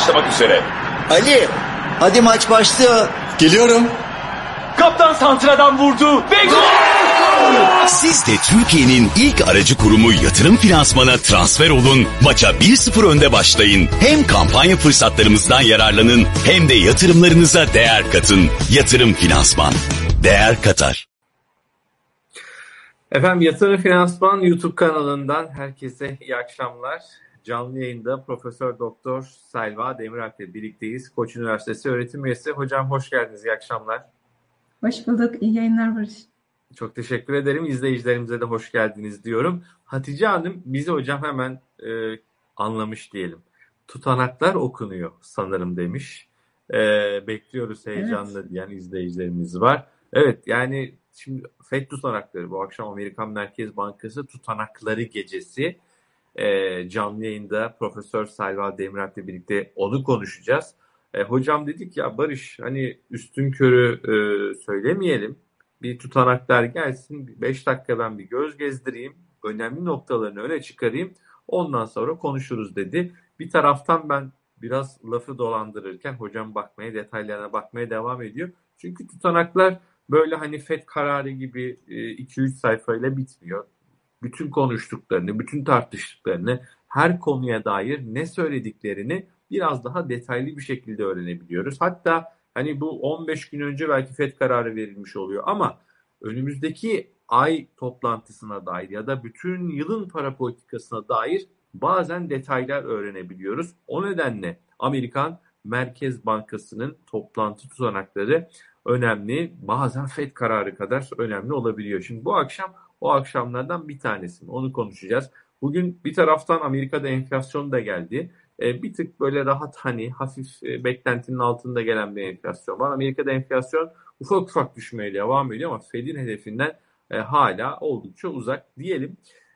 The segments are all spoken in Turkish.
başlamak üzere. Ali, hadi maç başlıyor. Geliyorum. Kaptan santradan vurdu ve gol! Siz de Türkiye'nin ilk aracı kurumu Yatırım Finansman'a transfer olun, maça 1-0 önde başlayın. Hem kampanya fırsatlarımızdan yararlanın hem de yatırımlarınıza değer katın. Yatırım Finansman. Değer katar. Efendim Yatırım Finansman YouTube kanalından herkese iyi akşamlar. Canlı yayında Profesör Doktor Selva Demiralp ile birlikteyiz. Koç Üniversitesi öğretim üyesi. Hocam hoş geldiniz. İyi akşamlar. Hoş bulduk. İyi yayınlar Barış. Çok teşekkür ederim. İzleyicilerimize de hoş geldiniz diyorum. Hatice Hanım bizi hocam hemen anlamış diyelim. Tutanaklar okunuyor sanırım demiş. Bekliyoruz heyecanla diyen izleyicilerimiz var. Evet yani şimdi FED tutanakları bu akşam Amerikan Merkez Bankası tutanakları gecesi. Canlı yayında Profesör Selva Demiralp ile birlikte onu konuşacağız. Hocam dedik ya Barış hani üstünkörü söylemeyelim. Bir tutanaklar gelsin 5 dakika ben bir göz gezdireyim. Önemli noktalarını öne çıkarayım. Ondan sonra konuşuruz dedi. Bir taraftan ben biraz lafı dolandırırken hocam detaylarına bakmaya devam ediyor. Çünkü tutanaklar böyle hani FED kararı gibi 2-3 sayfayla bitmiyor. Bütün konuştuklarını, bütün tartıştıklarını, her konuya dair ne söylediklerini biraz daha detaylı bir şekilde öğrenebiliyoruz. Hatta hani bu 15 gün önce belki FED kararı verilmiş oluyor ama önümüzdeki ay toplantısına dair ya da bütün yılın para politikasına dair bazen detaylar öğrenebiliyoruz. O nedenle Amerikan Merkez Bankası'nın toplantı tutanakları önemli. Bazen FED kararı kadar önemli olabiliyor. Şimdi bu akşam o akşamlardan bir tanesi. Onu konuşacağız. Bugün bir taraftan Amerika'da enflasyon da geldi. Bir tık böyle rahat hani hafif beklentinin altında gelen bir enflasyon var. Amerika'da enflasyon ufak ufak düşmeye devam ediyor ama Fed'in hedefinden hala oldukça uzak diyelim.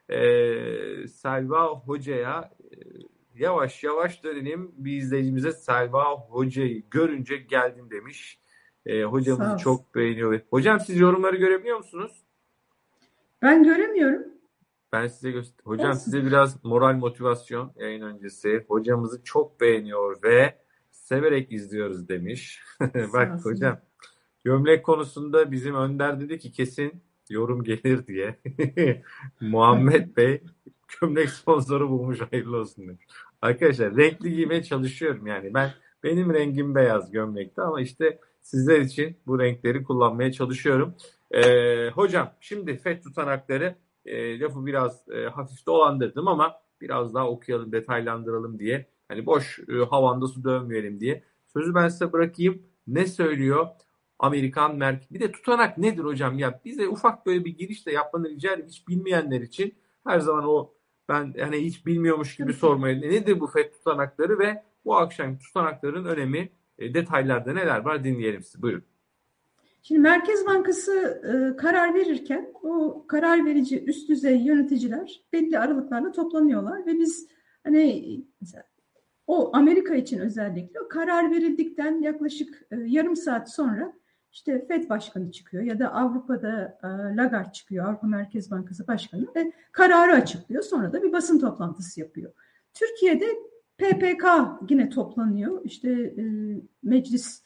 Selva Hoca'ya yavaş yavaş dönelim. Bir izleyicimize Selva Hoca'yı görünce geldim demiş. Hocamızı çok beğeniyor. Hocam siz yorumları görebiliyor musunuz? Ben göremiyorum. Ben size hocam olsun. Size biraz moral motivasyon yayın öncesi. Hocamızı çok beğeniyor ve severek izliyoruz demiş. Bak hocam gömlek konusunda bizim Önder dedi ki kesin yorum gelir diye. Muhammed Bey gömlek sponsoru bulmuş hayırlı olsun demiş. Arkadaşlar renkli giymeye çalışıyorum yani. Benim rengim beyaz gömlekte ama işte sizler için bu renkleri kullanmaya çalışıyorum. Hocam şimdi FED tutanakları lafı biraz hafif dolandırdım ama biraz daha okuyalım, detaylandıralım diye. Hani boş havanda su dövmeyelim diye. Sözü ben size bırakayım. Ne söylüyor Amerikan Merkez? Bir de tutanak nedir hocam? Ya bize ufak böyle bir giriş de yapmanı rica ederim. Hiç bilmeyenler için her zaman ben hani hiç bilmiyormuş gibi sormayın. Nedir bu FED tutanakları ve bu akşam tutanakların önemi, detaylarda neler var dinleyelim sizi. Buyurun. Şimdi Merkez Bankası karar verirken o karar verici üst düzey yöneticiler belli aralıklarla toplanıyorlar ve biz hani mesela o Amerika için özellikle o karar verildikten yaklaşık yarım saat sonra işte FED Başkanı çıkıyor ya da Avrupa'da Lagarde çıkıyor, Avrupa Merkez Bankası Başkanı ve kararı açıklıyor. Sonra da bir basın toplantısı yapıyor. Türkiye'de PPK yine toplanıyor. İşte meclis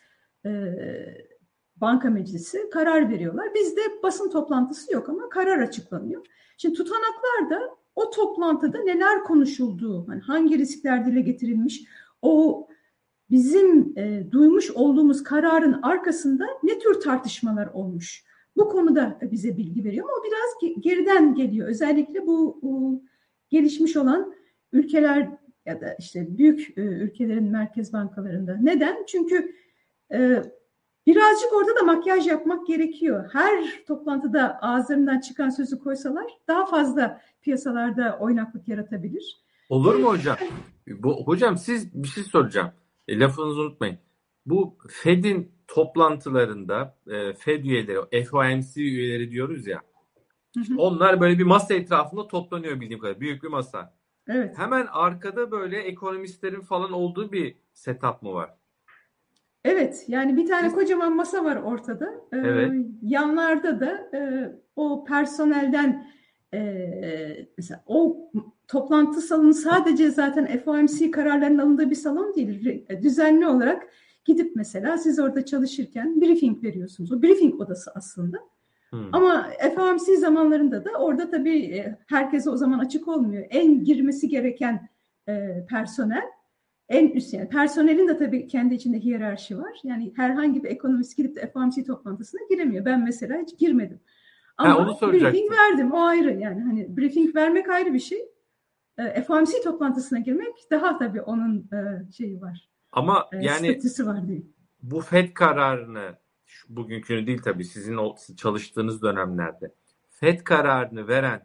Banka Meclisi karar veriyorlar. Bizde basın toplantısı yok ama karar açıklanıyor. Şimdi tutanaklarda o toplantıda neler konuşulduğu, hani hangi riskler dile getirilmiş, o bizim duymuş olduğumuz kararın arkasında ne tür tartışmalar olmuş. Bu konuda bize bilgi veriyor ama o biraz geriden geliyor. Özellikle bu gelişmiş olan ülkeler ya da işte büyük ülkelerin merkez bankalarında. Neden? Çünkü birazcık orada da makyaj yapmak gerekiyor. Her toplantıda ağızlarından çıkan sözü koysalar daha fazla piyasalarda oynaklık yaratabilir. Olur mu hocam? Hocam siz bir şey soracağım. Lafınızı unutmayın. Bu Fed'in toplantılarında Fed üyeleri, FOMC üyeleri diyoruz ya. Onlar böyle bir masa etrafında toplanıyor bildiğim kadar. Büyük bir masa. Evet. Hemen arkada böyle ekonomistlerin falan olduğu bir setup mı var? Evet, yani bir tane kocaman masa var ortada. Evet. Yanlarda da o personelden mesela o toplantı salonu sadece zaten FOMC kararlarının alındığı bir salon değil. Düzenli olarak gidip mesela siz orada çalışırken briefing veriyorsunuz. O briefing odası aslında. Ama FOMC zamanlarında da orada tabii herkese o zaman açık olmuyor. En girmesi gereken personel, en üst, yani personelin de tabii kendi içinde hiyerarşi var. Yani herhangi bir ekonomist gidip de FOMC toplantısına giremiyor. Ben mesela hiç girmedim. Ama briefing verdim, o ayrı. Yani hani briefing vermek ayrı bir şey. FOMC toplantısına girmek daha tabii onun şeyi var. Ama yani statüsü var değil. Bu FED kararını, bugünkünü değil tabii, sizin çalıştığınız dönemlerde FED kararını veren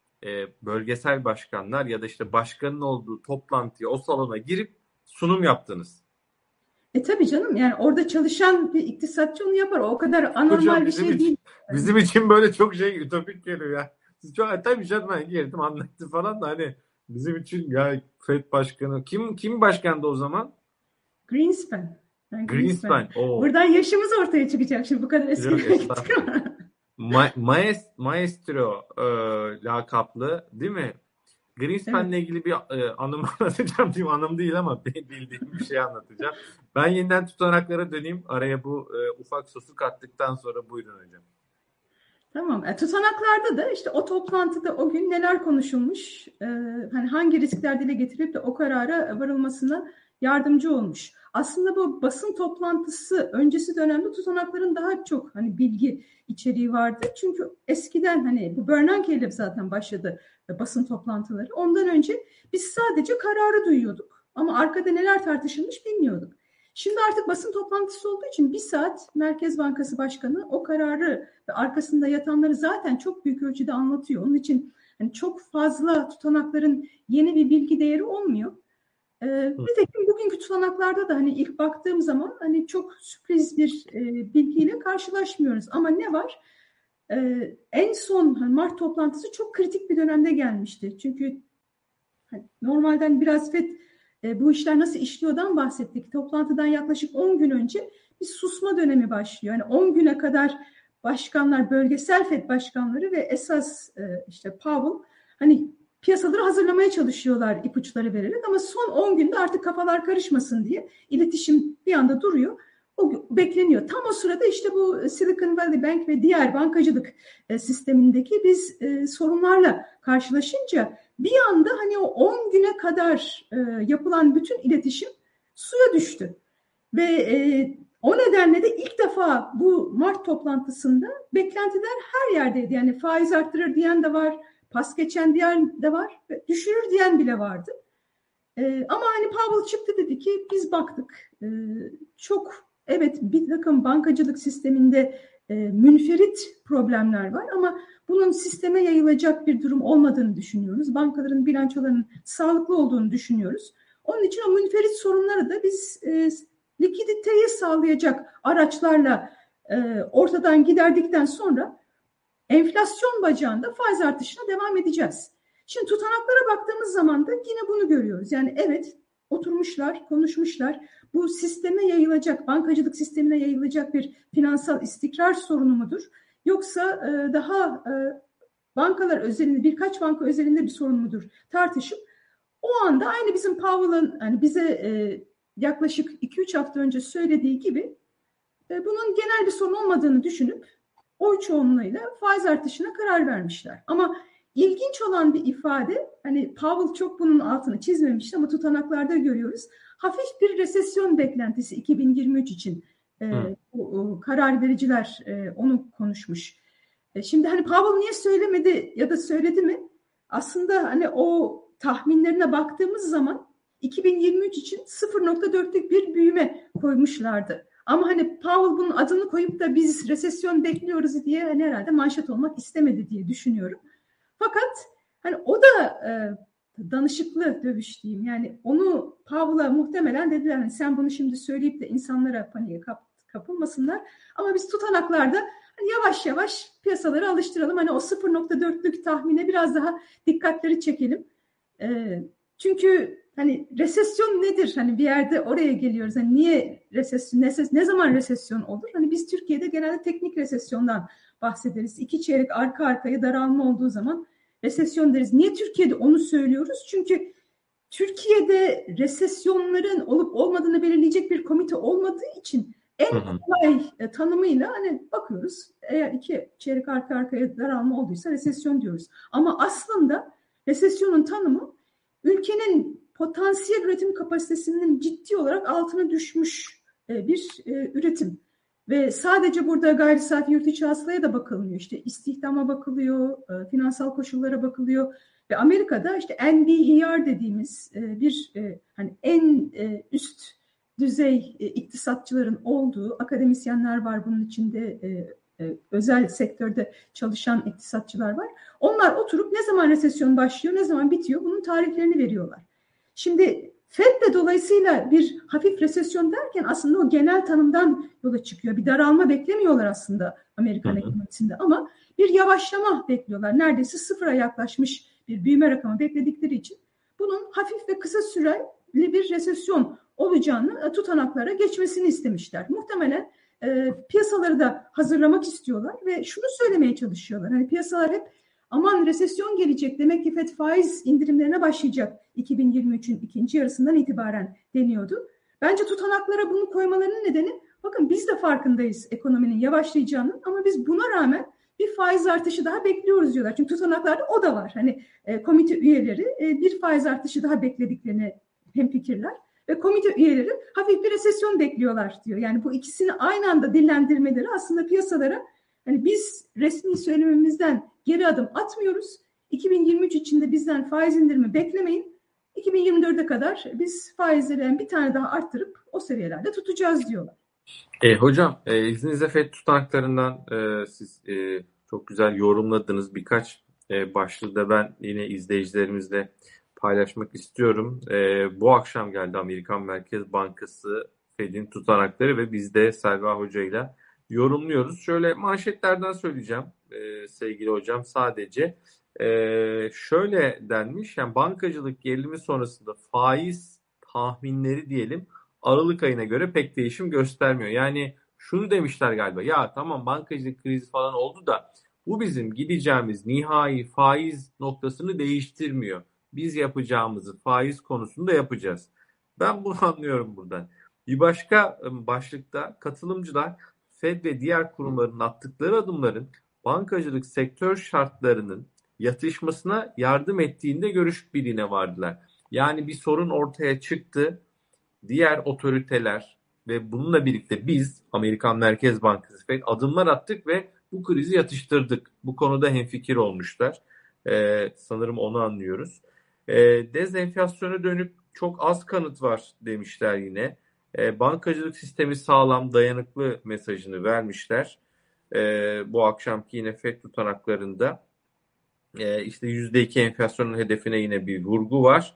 bölgesel başkanlar ya da işte başkanın olduğu toplantıya, o salona girip sunum yaptınız. Tabii canım, yani orada çalışan bir iktisatçı onu yapar. O kadar anormal hocam, bir şey değil. Bizim için böyle çok ütopik geliyor ya. Siz çok, tabii canım, ben girdim anlattım falan da hani bizim için ya FED başkanı kim başkandı o zaman? Greenspan. Greenspan. Buradan yaşımız ortaya çıkacak şimdi, bu kadar eskiye gittik ama. Maestro lakaplı değil mi? Greenspan'la ilgili bir anım anlatacağım diyeyim. Anım değil ama bildiğim bir şey anlatacağım. Ben yeniden tutanaklara döneyim. Araya bu ufak sosu kattıktan sonra buyurun hocam. Tamam. Tutanaklarda da işte o toplantıda o gün neler konuşulmuş, hani hangi riskler dile getirilip de o karara varılmasına yardımcı olmuş. Aslında bu basın toplantısı öncesi dönemde tutanakların daha çok hani bilgi içeriği vardı. Çünkü eskiden hani bu Bernanke ile zaten başladı basın toplantıları. Ondan önce biz sadece kararı duyuyorduk. Ama arkada neler tartışılmış bilmiyorduk. Şimdi artık basın toplantısı olduğu için bir saat Merkez Bankası Başkanı o kararı ve arkasında yatanları zaten çok büyük ölçüde anlatıyor. Onun için hani çok fazla tutanakların yeni bir bilgi değeri olmuyor. Nitekim bugünkü tutanaklarda da hani ilk baktığım zaman hani çok sürpriz bir bilgiyle karşılaşmıyoruz. Ama ne var? En son hani Mart toplantısı çok kritik bir dönemde gelmişti. Çünkü hani normalden biraz FED bu işler nasıl işliyordan bahsettik. Toplantıdan yaklaşık 10 gün önce bir susma dönemi başlıyor. Yani 10 güne kadar başkanlar, bölgesel FED başkanları ve esas işte Powell hani piyasaları hazırlamaya çalışıyorlar ipuçları vererek, ama son 10 günde artık kafalar karışmasın diye iletişim bir anda duruyor. O bekleniyor. Tam o sırada işte bu Silicon Valley Bank ve diğer bankacılık sistemindeki biz sorunlarla karşılaşınca bir anda hani o 10 güne kadar yapılan bütün iletişim suya düştü. Ve o nedenle de ilk defa bu Mart toplantısında beklentiler her yerdeydi. Yani faiz arttırır diyen de var, pas geçen diyen de var, düşürür diyen bile vardı. Ama hani Powell çıktı, dedi ki biz baktık. Çok evet, bir takım bankacılık sisteminde münferit problemler var ama bunun sisteme yayılacak bir durum olmadığını düşünüyoruz. Bankaların bilançolarının sağlıklı olduğunu düşünüyoruz. Onun için o münferit sorunları da biz likiditeyi sağlayacak araçlarla ortadan giderdikten sonra enflasyon bacağında faiz artışına devam edeceğiz. Şimdi tutanaklara baktığımız zaman da yine bunu görüyoruz. Yani evet, oturmuşlar, konuşmuşlar. Bu sisteme yayılacak, bankacılık sistemine yayılacak bir finansal istikrar sorunu mudur? Yoksa daha bankalar özelinde, birkaç banka özelinde bir sorun mudur tartışıp o anda aynı bizim Powell'ın hani bize yaklaşık 2-3 hafta önce söylediği gibi bunun genel bir sorun olmadığını düşünüp oy çoğunluğuyla faiz artışına karar vermişler. Ama ilginç olan bir ifade, hani Powell çok bunun altını çizmemişti ama tutanaklarda görüyoruz. Hafif bir resesyon beklentisi 2023 için bu karar vericiler onu konuşmuş. Şimdi hani Powell niye söylemedi ya da söyledi mi? Aslında hani o tahminlerine baktığımız zaman 2023 için 0.4'lük bir büyüme koymuşlardı. Ama hani Powell bunun adını koyup da biz resesyon bekliyoruz diye hani herhalde manşet olmak istemedi diye düşünüyorum. Fakat hani o da danışıklı dövüş diyeyim. Yani onu Powell'a muhtemelen dediler hani sen bunu şimdi söyleyip de insanlara paniğe kapılmasınlar. Ama biz tutanaklarda hani yavaş yavaş piyasaları alıştıralım. Hani o 0.4'lük tahmine biraz daha dikkatleri çekelim. Çünkü hani resesyon nedir? Hani bir yerde oraya geliyoruz. Hani niye resesyon, ne zaman resesyon olur? Hani biz Türkiye'de genelde teknik resesyondan bahsederiz. 2 çeyrek arka arkaya daralma olduğu zaman resesyon deriz. Niye Türkiye'de onu söylüyoruz? Çünkü Türkiye'de resesyonların olup olmadığını belirleyecek bir komite olmadığı için en kolay tanımıyla hani bakıyoruz, eğer 2 çeyrek arka arkaya daralma olduysa resesyon diyoruz. Ama aslında resesyonun tanımı ülkenin potansiyel üretim kapasitesinin ciddi olarak altına düşmüş bir üretim. Ve sadece burada gayri safi yurt içi hasılaya da bakılmıyor. İşte istihdama bakılıyor, finansal koşullara bakılıyor. Ve Amerika'da işte NBER dediğimiz bir hani en üst düzey iktisatçıların olduğu, akademisyenler var bunun içinde, özel sektörde çalışan iktisatçılar var. Onlar oturup ne zaman resesyon başlıyor, ne zaman bitiyor bunun tarihlerini veriyorlar. Şimdi FED de dolayısıyla bir hafif resesyon derken aslında o genel tanımdan yola çıkıyor. Bir daralma beklemiyorlar aslında Amerikan ekonomisinde ama bir yavaşlama bekliyorlar. Neredeyse sıfıra yaklaşmış bir büyüme rakamı bekledikleri için bunun hafif ve kısa süreli bir resesyon olacağını tutanaklara geçmesini istemişler. Muhtemelen piyasaları da hazırlamak istiyorlar ve şunu söylemeye çalışıyorlar. Hani piyasalar hep aman resesyon gelecek, demek ki FED faiz indirimlerine başlayacak 2023'ün ikinci yarısından itibaren deniyordu. Bence tutanaklara bunu koymalarının nedeni, bakın biz de farkındayız ekonominin yavaşlayacağının ama biz buna rağmen bir faiz artışı daha bekliyoruz diyorlar. Çünkü tutanaklarda o da var. Hani komite üyeleri bir faiz artışı daha beklediklerini hemfikirler ve komite üyeleri hafif bir resesyon bekliyorlar diyor. Yani bu ikisini aynı anda dillendirmeleri aslında piyasalara, hani biz resmi söylememizden geri adım atmıyoruz. 2023 içinde bizden faiz indirimi beklemeyin. 2024'e kadar biz faizleri bir tane daha arttırıp o seviyelerde tutacağız diyorlar. Hocam izninizle FED tutanaklarından siz çok güzel yorumladınız. Birkaç başlığı da ben yine izleyicilerimizle paylaşmak istiyorum. Bu akşam geldi Amerikan Merkez Bankası FED'in tutanakları ve biz de Selva Hoca ile yorumluyoruz. Şöyle manşetlerden söyleyeceğim sevgili hocam sadece. Şöyle denmiş, yani bankacılık gerilimi sonrasında faiz tahminleri diyelim Aralık ayına göre pek değişim göstermiyor. Yani şunu demişler galiba, ya tamam bankacılık krizi falan oldu da bu bizim gideceğimiz nihai faiz noktasını değiştirmiyor. Biz yapacağımızı faiz konusunda yapacağız. Ben bunu anlıyorum buradan. Bir başka başlıkta katılımcılar FED ve diğer kurumların attıkları adımların bankacılık sektör şartlarının yatışmasına yardım ettiğinde görüş birliğine vardılar. Yani bir sorun ortaya çıktı. Diğer otoriteler ve bununla birlikte biz Amerikan Merkez Bankası FED adımlar attık ve bu krizi yatıştırdık. Bu konuda hemfikir olmuşlar. Sanırım onu anlıyoruz. Dezenflasyona dönük çok az kanıt var demişler yine. Bankacılık sistemi sağlam, dayanıklı mesajını vermişler. Bu akşamki yine FED tutanaklarında işte %2 enflasyonun hedefine yine bir vurgu var.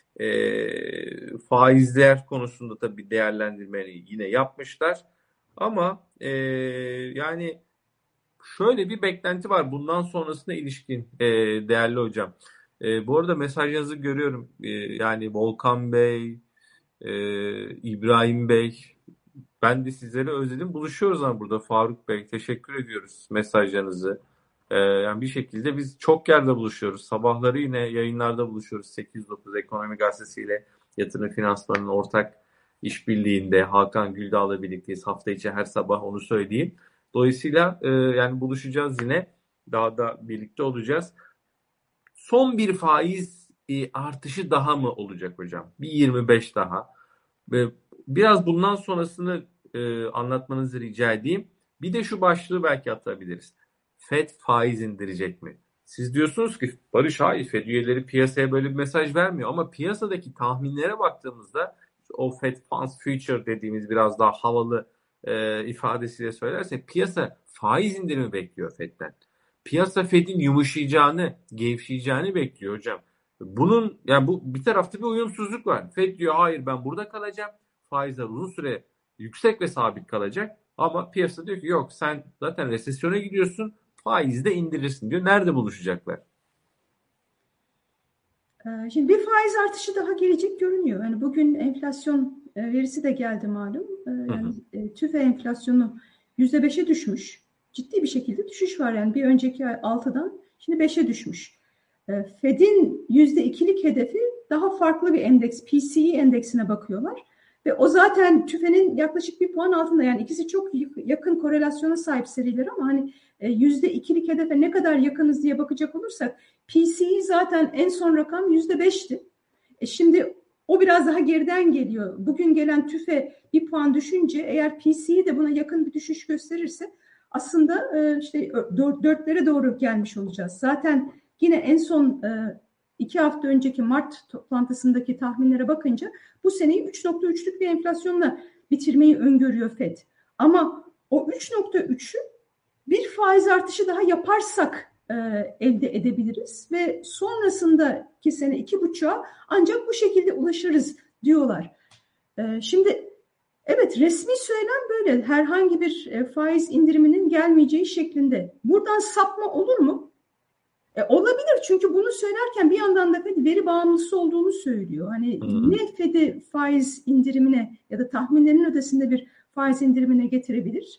Faizler konusunda tabii değerlendirmeyi yine yapmışlar. Ama yani şöyle bir beklenti var bundan sonrasına ilişkin değerli hocam. Bu arada mesajlarınızı görüyorum. Yani Volkan Bey, İbrahim Bey, ben de sizleri özledim. Buluşuyoruz ama burada Faruk Bey, teşekkür ediyoruz mesajlarınızı. Yani bir şekilde biz çok yerde buluşuyoruz. Sabahları yine yayınlarda buluşuyoruz. 8-9 Ekonomi Gazetesi ile Yatırım Finansmanı'nın ortak işbirliğinde Hakan Güldağ'la birlikteyiz. Hafta içi her sabah, onu söyleyeyim. Dolayısıyla yani buluşacağız yine. Daha da birlikte olacağız. Son bir faiz artışı daha mı olacak hocam? Bir 25 daha. Biraz bundan sonrasını anlatmanızı rica edeyim. Bir de şu başlığı belki atabiliriz. FED faiz indirecek mi? Siz diyorsunuz ki Barış, hayır, FED üyeleri piyasaya böyle bir mesaj vermiyor. Ama piyasadaki tahminlere baktığımızda o FED Funds Future dediğimiz biraz daha havalı ifadesiyle söylersek piyasa faiz indirimi bekliyor FED'den. Piyasa FED'in yumuşayacağını, gevşeyeceğini bekliyor hocam. Bunun yani bu bir tarafta bir uyumsuzluk var. FED diyor hayır ben burada kalacağım. Faizler uzun süre yüksek ve sabit kalacak. Ama piyasa diyor ki yok, sen zaten resesyona gidiyorsun, faizi de indirirsin diyor. Nerede buluşacaklar? Şimdi bir faiz artışı daha gelecek görünüyor. Yani bugün enflasyon verisi de geldi malum. Yani TÜFE enflasyonu %5'e düşmüş. Ciddi bir şekilde düşüş var. Yani bir önceki ay 6'dan şimdi 5'e düşmüş. Fed'in %2'lik hedefi daha farklı bir endeks, PCE endeksine bakıyorlar. Ve o zaten TÜFE'nin yaklaşık 1 puan altında. Yani ikisi çok yakın korelasyona sahip seriler ama hani %2'lik hedefe ne kadar yakınız diye bakacak olursak PCE zaten en son rakam %5'ti. Şimdi o biraz daha geriden geliyor. Bugün gelen TÜFE 1 puan düşünce eğer PCE de buna yakın bir düşüş gösterirse aslında işte 4'lere doğru gelmiş olacağız. Zaten yine en son 2 hafta önceki Mart toplantısındaki tahminlere bakınca bu seneyi 3.3'lük bir enflasyonla bitirmeyi öngörüyor FED. Ama o 3.3'ü bir faiz artışı daha yaparsak elde edebiliriz ve sonrasındaki sene 2.5'a ancak bu şekilde ulaşırız diyorlar. Şimdi evet, resmi söylem böyle, herhangi bir faiz indiriminin gelmeyeceği şeklinde. Buradan sapma olur mu? Olabilir, çünkü bunu söylerken bir yandan da Fed veri bağımlısı olduğunu söylüyor. Hani ne Fed'i faiz indirimine ya da tahminlerin ötesinde bir faiz indirimine getirebilir?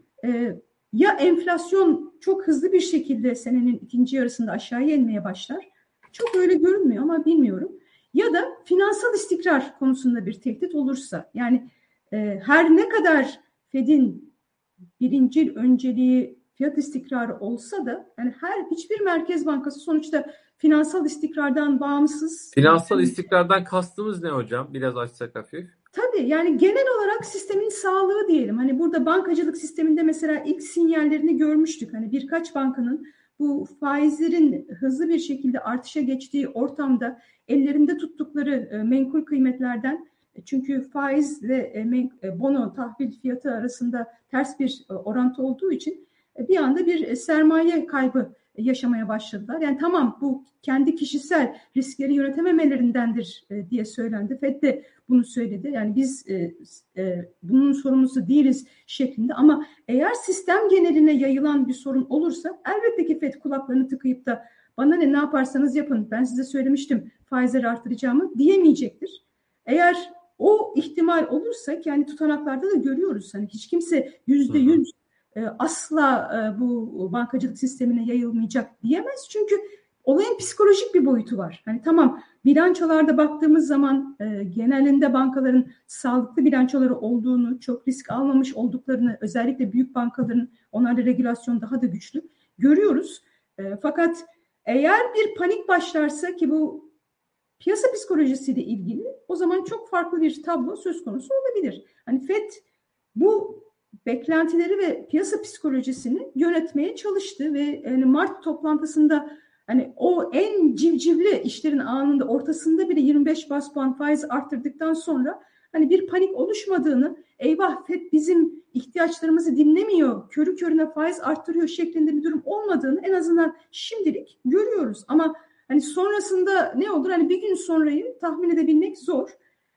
Ya enflasyon çok hızlı bir şekilde senenin ikinci yarısında aşağıya inmeye başlar. Çok öyle görünmüyor ama bilmiyorum. Ya da finansal istikrar konusunda bir tehdit olursa, yani her ne kadar Fed'in birincil önceliği fiyat istikrarı olsa da yani hiçbir merkez bankası sonuçta finansal istikrardan bağımsız. Finansal istikrardan kastımız ne hocam? Biraz açsak hafif. Tabii, yani genel olarak sistemin sağlığı diyelim. Hani burada bankacılık sisteminde mesela ilk sinyallerini görmüştük. Hani birkaç bankanın bu faizlerin hızlı bir şekilde artışa geçtiği ortamda ellerinde tuttukları menkul kıymetlerden, çünkü faizle bono tahvil fiyatı arasında ters bir orantı olduğu için bir anda bir sermaye kaybı yaşamaya başladılar. Yani tamam, bu kendi kişisel riskleri yönetememelerindendir diye söylendi. FED de bunu söyledi. Yani biz bunun sorumlusu değiliz şeklinde, ama eğer sistem geneline yayılan bir sorun olursa elbette ki FED kulaklarını tıkayıp da bana ne yaparsanız yapın, ben size söylemiştim faizleri artıracağımı diyemeyecektir. Eğer o ihtimal olursa, yani tutanaklarda da görüyoruz, hani hiç kimse %100 asla bu bankacılık sistemine yayılmayacak diyemez. Çünkü olayın psikolojik bir boyutu var. Hani tamam, bilançolarda baktığımız zaman genelinde bankaların sağlıklı bilançoları olduğunu, çok risk almamış olduklarını, özellikle büyük bankaların, onlarda regülasyon daha da güçlü görüyoruz. Fakat eğer bir panik başlarsa, ki bu piyasa psikolojisiyle ilgili, o zaman çok farklı bir tablo söz konusu olabilir. Hani FED bu beklentileri ve piyasa psikolojisini yönetmeye çalıştı ve yani Mart toplantısında hani o en civcivli işlerin anında, ortasında bile 25 bas puan faiz arttırdıktan sonra hani bir panik oluşmadığını, eyvah FED bizim ihtiyaçlarımızı dinlemiyor, körü körüne faiz arttırıyor şeklinde bir durum olmadığını en azından şimdilik görüyoruz. Ama hani sonrasında ne olur? Hani bir gün sonrayı tahmin edebilmek zor.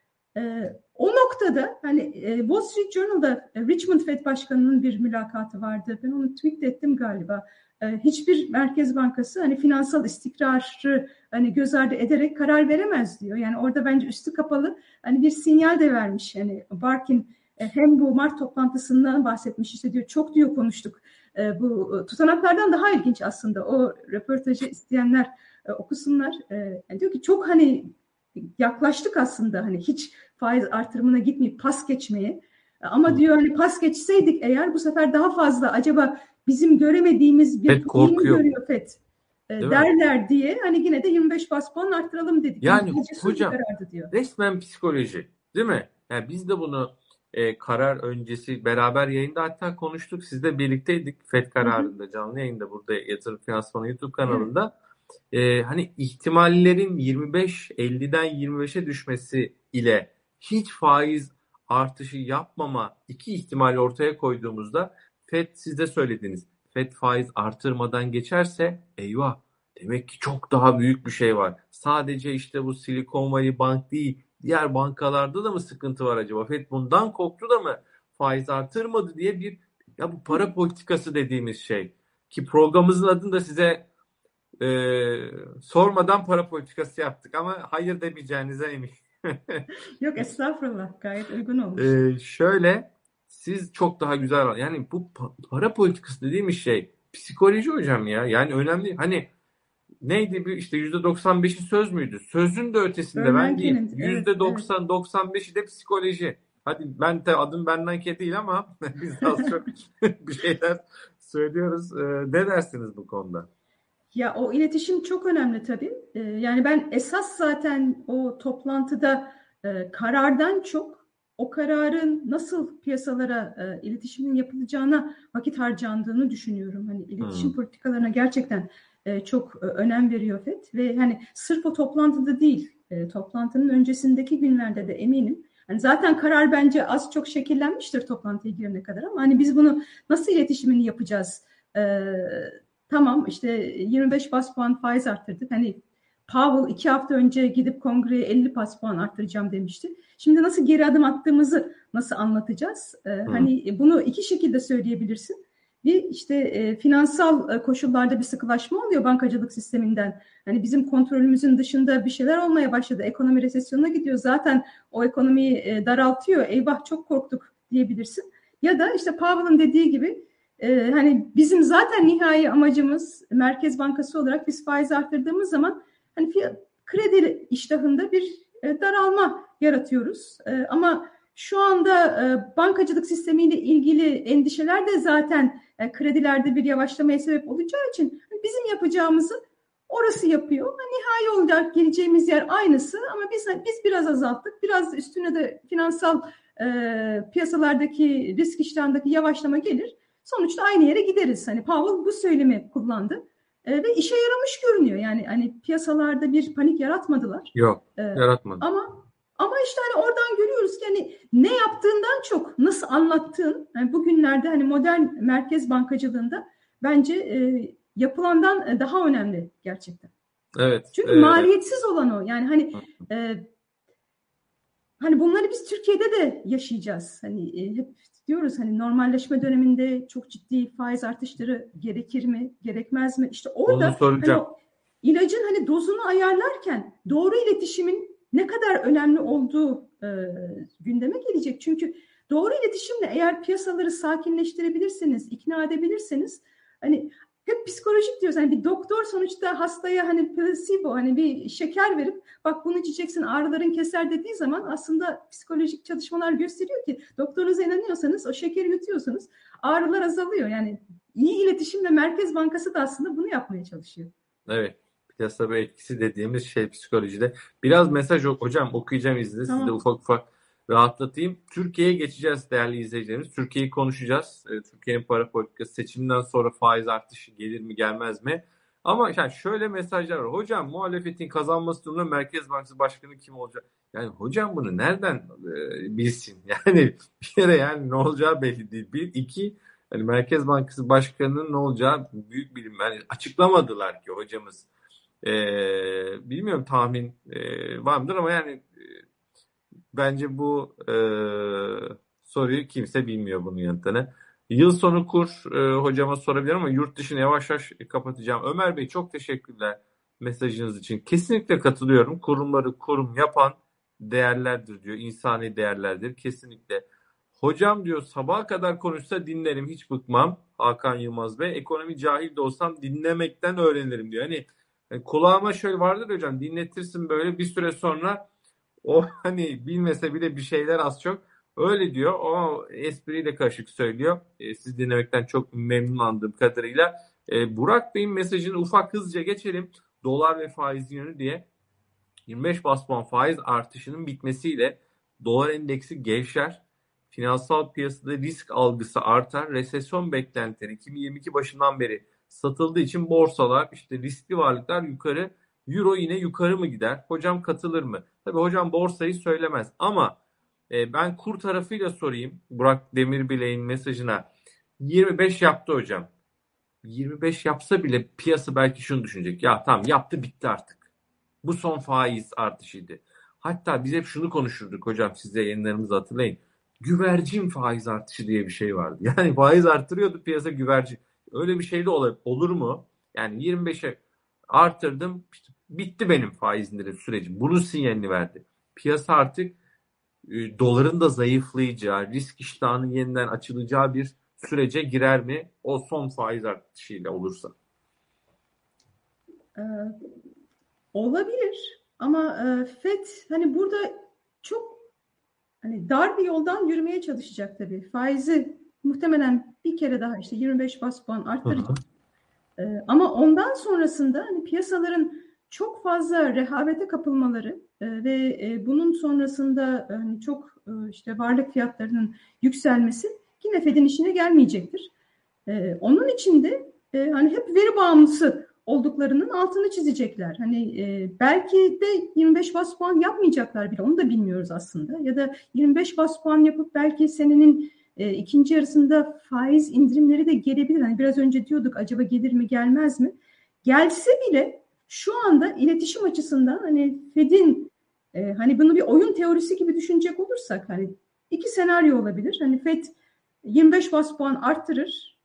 O noktada hani Wall Street Journal'da Richmond Fed Başkanı'nın bir mülakatı vardı. Ben onu tweet ettim galiba. Hiçbir merkez bankası hani finansal istikrarı hani göz ardı ederek karar veremez diyor. Yani orada bence üstü kapalı hani bir sinyal de vermiş. Yani Barkin hem bu Mart toplantısından bahsetmiş, işte diyor çok diyor konuştuk. Bu tutanaklardan daha ilginç aslında. O röportajı isteyenler okusunlar. Yani diyor ki çok hani yaklaştık aslında, hani hiç faiz artırımına gitmeyip pas geçmeye. Ama diyor hani pas geçseydik eğer, bu sefer daha fazla acaba bizim göremediğimiz bir FED görüyor FED derler diye hani yine de 25 bas puan arttıralım dedik. Yani hocam diyor. Resmen psikoloji değil mi? Yani biz de bunu karar öncesi beraber yayında hatta konuştuk. Sizle birlikteydik FED kararında, canlı yayında, burada Yatırım Finansmanı YouTube kanalında. Hani ihtimallerin 50'den 25'e düşmesi ile hiç faiz artışı yapmama iki ihtimali ortaya koyduğumuzda FED, siz de söylediniz, FED faiz artırmadan geçerse eyvah, demek ki çok daha büyük bir şey var. Sadece işte bu Silicon Valley Bank değil, diğer bankalarda da mı sıkıntı var acaba? FED bundan korktu da mı faiz artırmadı diye bir, ya bu para politikası dediğimiz şey, ki programımızın adını da size sormadan para politikası yaptık ama hayır demeyeceğinize eminim. Yok estağfurullah, gayet uygun olmuş. Şöyle, siz çok daha güzel, yani bu para politikası dediğimiz şey psikoloji hocam ya, yani önemli. Hani neydi bir işte %95'i söz müydü? Sözün de ötesinde ben diyeyim. Bernanke'nin, evet, evet. %90-95'i de psikoloji. Hadi ben de adım Bernanke değil ama biz de az çok bir şeyler söylüyoruz. Ne dersiniz bu konuda? Ya o iletişim çok önemli tabii. Yani ben esas zaten o toplantıda karardan çok o kararın nasıl piyasalara iletişimin yapılacağına vakit harcandığını düşünüyorum. Hani iletişim politikalarına gerçekten çok önem veriyor FED ve hani sırf o toplantıda değil, toplantının öncesindeki günlerde de eminim. Hani zaten karar bence az çok şekillenmiştir toplantıya girene kadar ama hani biz bunu nasıl iletişimini yapacağız? Tamam işte 25 bas puan faiz arttırdık. Hani Powell 2 hafta önce gidip kongreye 50 bas puan arttıracağım demişti. Şimdi nasıl geri adım attığımızı nasıl anlatacağız? Hani bunu iki şekilde söyleyebilirsin. Bir işte finansal koşullarda bir sıkılaşma oluyor bankacılık sisteminden. Hani bizim kontrolümüzün dışında bir şeyler olmaya başladı. Ekonomi resesyona gidiyor. Zaten o ekonomiyi daraltıyor. Eyvah çok korktuk diyebilirsin. Ya da işte Powell'ın dediği gibi hani bizim zaten nihai amacımız Merkez Bankası olarak biz faiz arttırdığımız zaman hani kredi iştahında bir daralma yaratıyoruz. Ama şu anda bankacılık sistemiyle ilgili endişeler de zaten kredilerde bir yavaşlamaya sebep olacağı için bizim yapacağımızı orası yapıyor. Nihai olarak geleceğimiz yer aynısı ama biz biraz azalttık. Biraz üstüne de finansal piyasalardaki risk iştahındaki yavaşlama gelir. Sonuçta aynı yere gideriz. Hani Powell bu söylemi kullandı. Ve işe yaramış görünüyor. Yani hani piyasalarda bir panik yaratmadılar. Yok, yaratmadı. Ama işte hani oradan görüyoruz ki hani ne yaptığından çok nasıl anlattığın yani bugünlerde hani modern merkez bankacılığında bence yapılandan daha önemli gerçekten. Evet. Çünkü maliyetsiz olan o. Yani hani bunları biz Türkiye'de de yaşayacağız. Hani hep diyoruz hani normalleşme döneminde çok ciddi faiz artışları gerekir mi, gerekmez mi? İşte orada hani o ilacın hani dozunu ayarlarken doğru iletişimin ne kadar önemli olduğu gündeme gelecek. Çünkü doğru iletişimle eğer piyasaları sakinleştirebilirseniz, ikna edebilirseniz hani hep psikolojik diyoruz. Hani bir doktor sonuçta hastaya hani placebo hani bir şeker verip bak bunu içeceksin ağrıların keser dediği zaman aslında psikolojik çalışmalar gösteriyor ki doktorunuza inanıyorsanız o şekeri yutuyorsunuz ağrılar azalıyor. Yani iyi iletişimle Merkez Bankası da aslında bunu yapmaya çalışıyor. Evet. Piyasa etkisi dediğimiz şey psikolojide. Biraz mesaj hocam okuyacağım izninizle. Tamam. Size ufak ufak rahatlatayım. Türkiye'ye geçeceğiz değerli izleyicilerimiz. Türkiye'yi konuşacağız. Türkiye'nin para politikası seçimden sonra faiz artışı gelir mi gelmez mi? Ama yani şöyle mesajlar var. Hocam muhalefetin kazanması durumunda Merkez Bankası Başkanı kim olacak? Yani hocam bunu nereden bilsin? Yani bir kere yani ne olacağı belli değil. Bir, iki hani Merkez Bankası Başkanı'nın ne olacağı büyük bilim. Yani açıklamadılar ki hocamız. Bilmiyorum tahmin var mıdır ama yani bence bu soruyu kimse bilmiyor bunun yanıtını. Yıl sonu kur hocama sorabilirim ama yurt dışını yavaş yavaş kapatacağım. Ömer Bey çok teşekkürler mesajınız için. Kesinlikle katılıyorum. Kurumları kurum yapan değerlerdir diyor. İnsani değerlerdir. Kesinlikle. Hocam diyor sabaha kadar konuşsa dinlerim hiç bıkmam. Hakan Yılmaz Bey. Ekonomi cahil de olsam dinlemekten öğrenirim diyor. Hani kulağıma şöyle vardır hocam dinletirsin böyle bir süre sonra o hani bilmese bile bir şeyler az çok öyle diyor. O espriyle karışık söylüyor. Siz dinlemekten çok memnun andığım kadarıyla. Burak Bey'in mesajını ufak hızlıca geçelim. Dolar ve faiz yönü diye 25 bas puan faiz artışının bitmesiyle dolar endeksi gevşer. Finansal piyasada risk algısı artar. Resesyon beklentileri 2022 başından beri satıldığı için borsalar işte riskli varlıklar yukarı, euro yine yukarı mı gider? Hocam katılır mı? Tabii hocam borsayı söylemez ama ben kur tarafıyla sorayım. Burak Demirbilek'in mesajına 25 yaptı hocam. 25 yapsa bile piyasa belki şunu düşünecek. Ya tamam yaptı bitti artık. Bu son faiz artışıydı. Hatta biz hep şunu konuşurduk hocam size yayınlarımızı hatırlayın. Güvercin faiz artışı diye bir şey vardı. Yani faiz artırıyordu piyasa güvercin. Öyle bir şey de olur mu? Yani 25'e artırdım işte bitti benim faiz indirim sürecim. Bunun sinyalini verdi. Piyasa artık doların da zayıflayacağı, risk iştahının yeniden açılacağı bir sürece girer mi? O son faiz artışıyla olursa. Olabilir ama FED hani burada çok hani dar bir yoldan yürümeye çalışacak tabii. Faizi muhtemelen bir kere daha işte 25 bas puan arttıracak. Ama ondan sonrasında hani piyasaların çok fazla rehavete kapılmaları ve bunun sonrasında hani çok işte varlık fiyatlarının yükselmesi yine Fed'in işine gelmeyecektir. Onun için de hani hep veri bağımlısı olduklarının altını çizecekler. Hani belki de 25 bas puan yapmayacaklar bile, onu da bilmiyoruz aslında. Ya da 25 bas puan yapıp belki senenin ikinci yarısında faiz indirimleri de gelebilir. Hani biraz önce diyorduk acaba gelir mi gelmez mi? Gelse bile şu anda iletişim açısından hani Fed'in hani bunu bir oyun teorisi gibi düşünecek olursak hani iki senaryo olabilir. Hani Fed 25 bas puan arttırır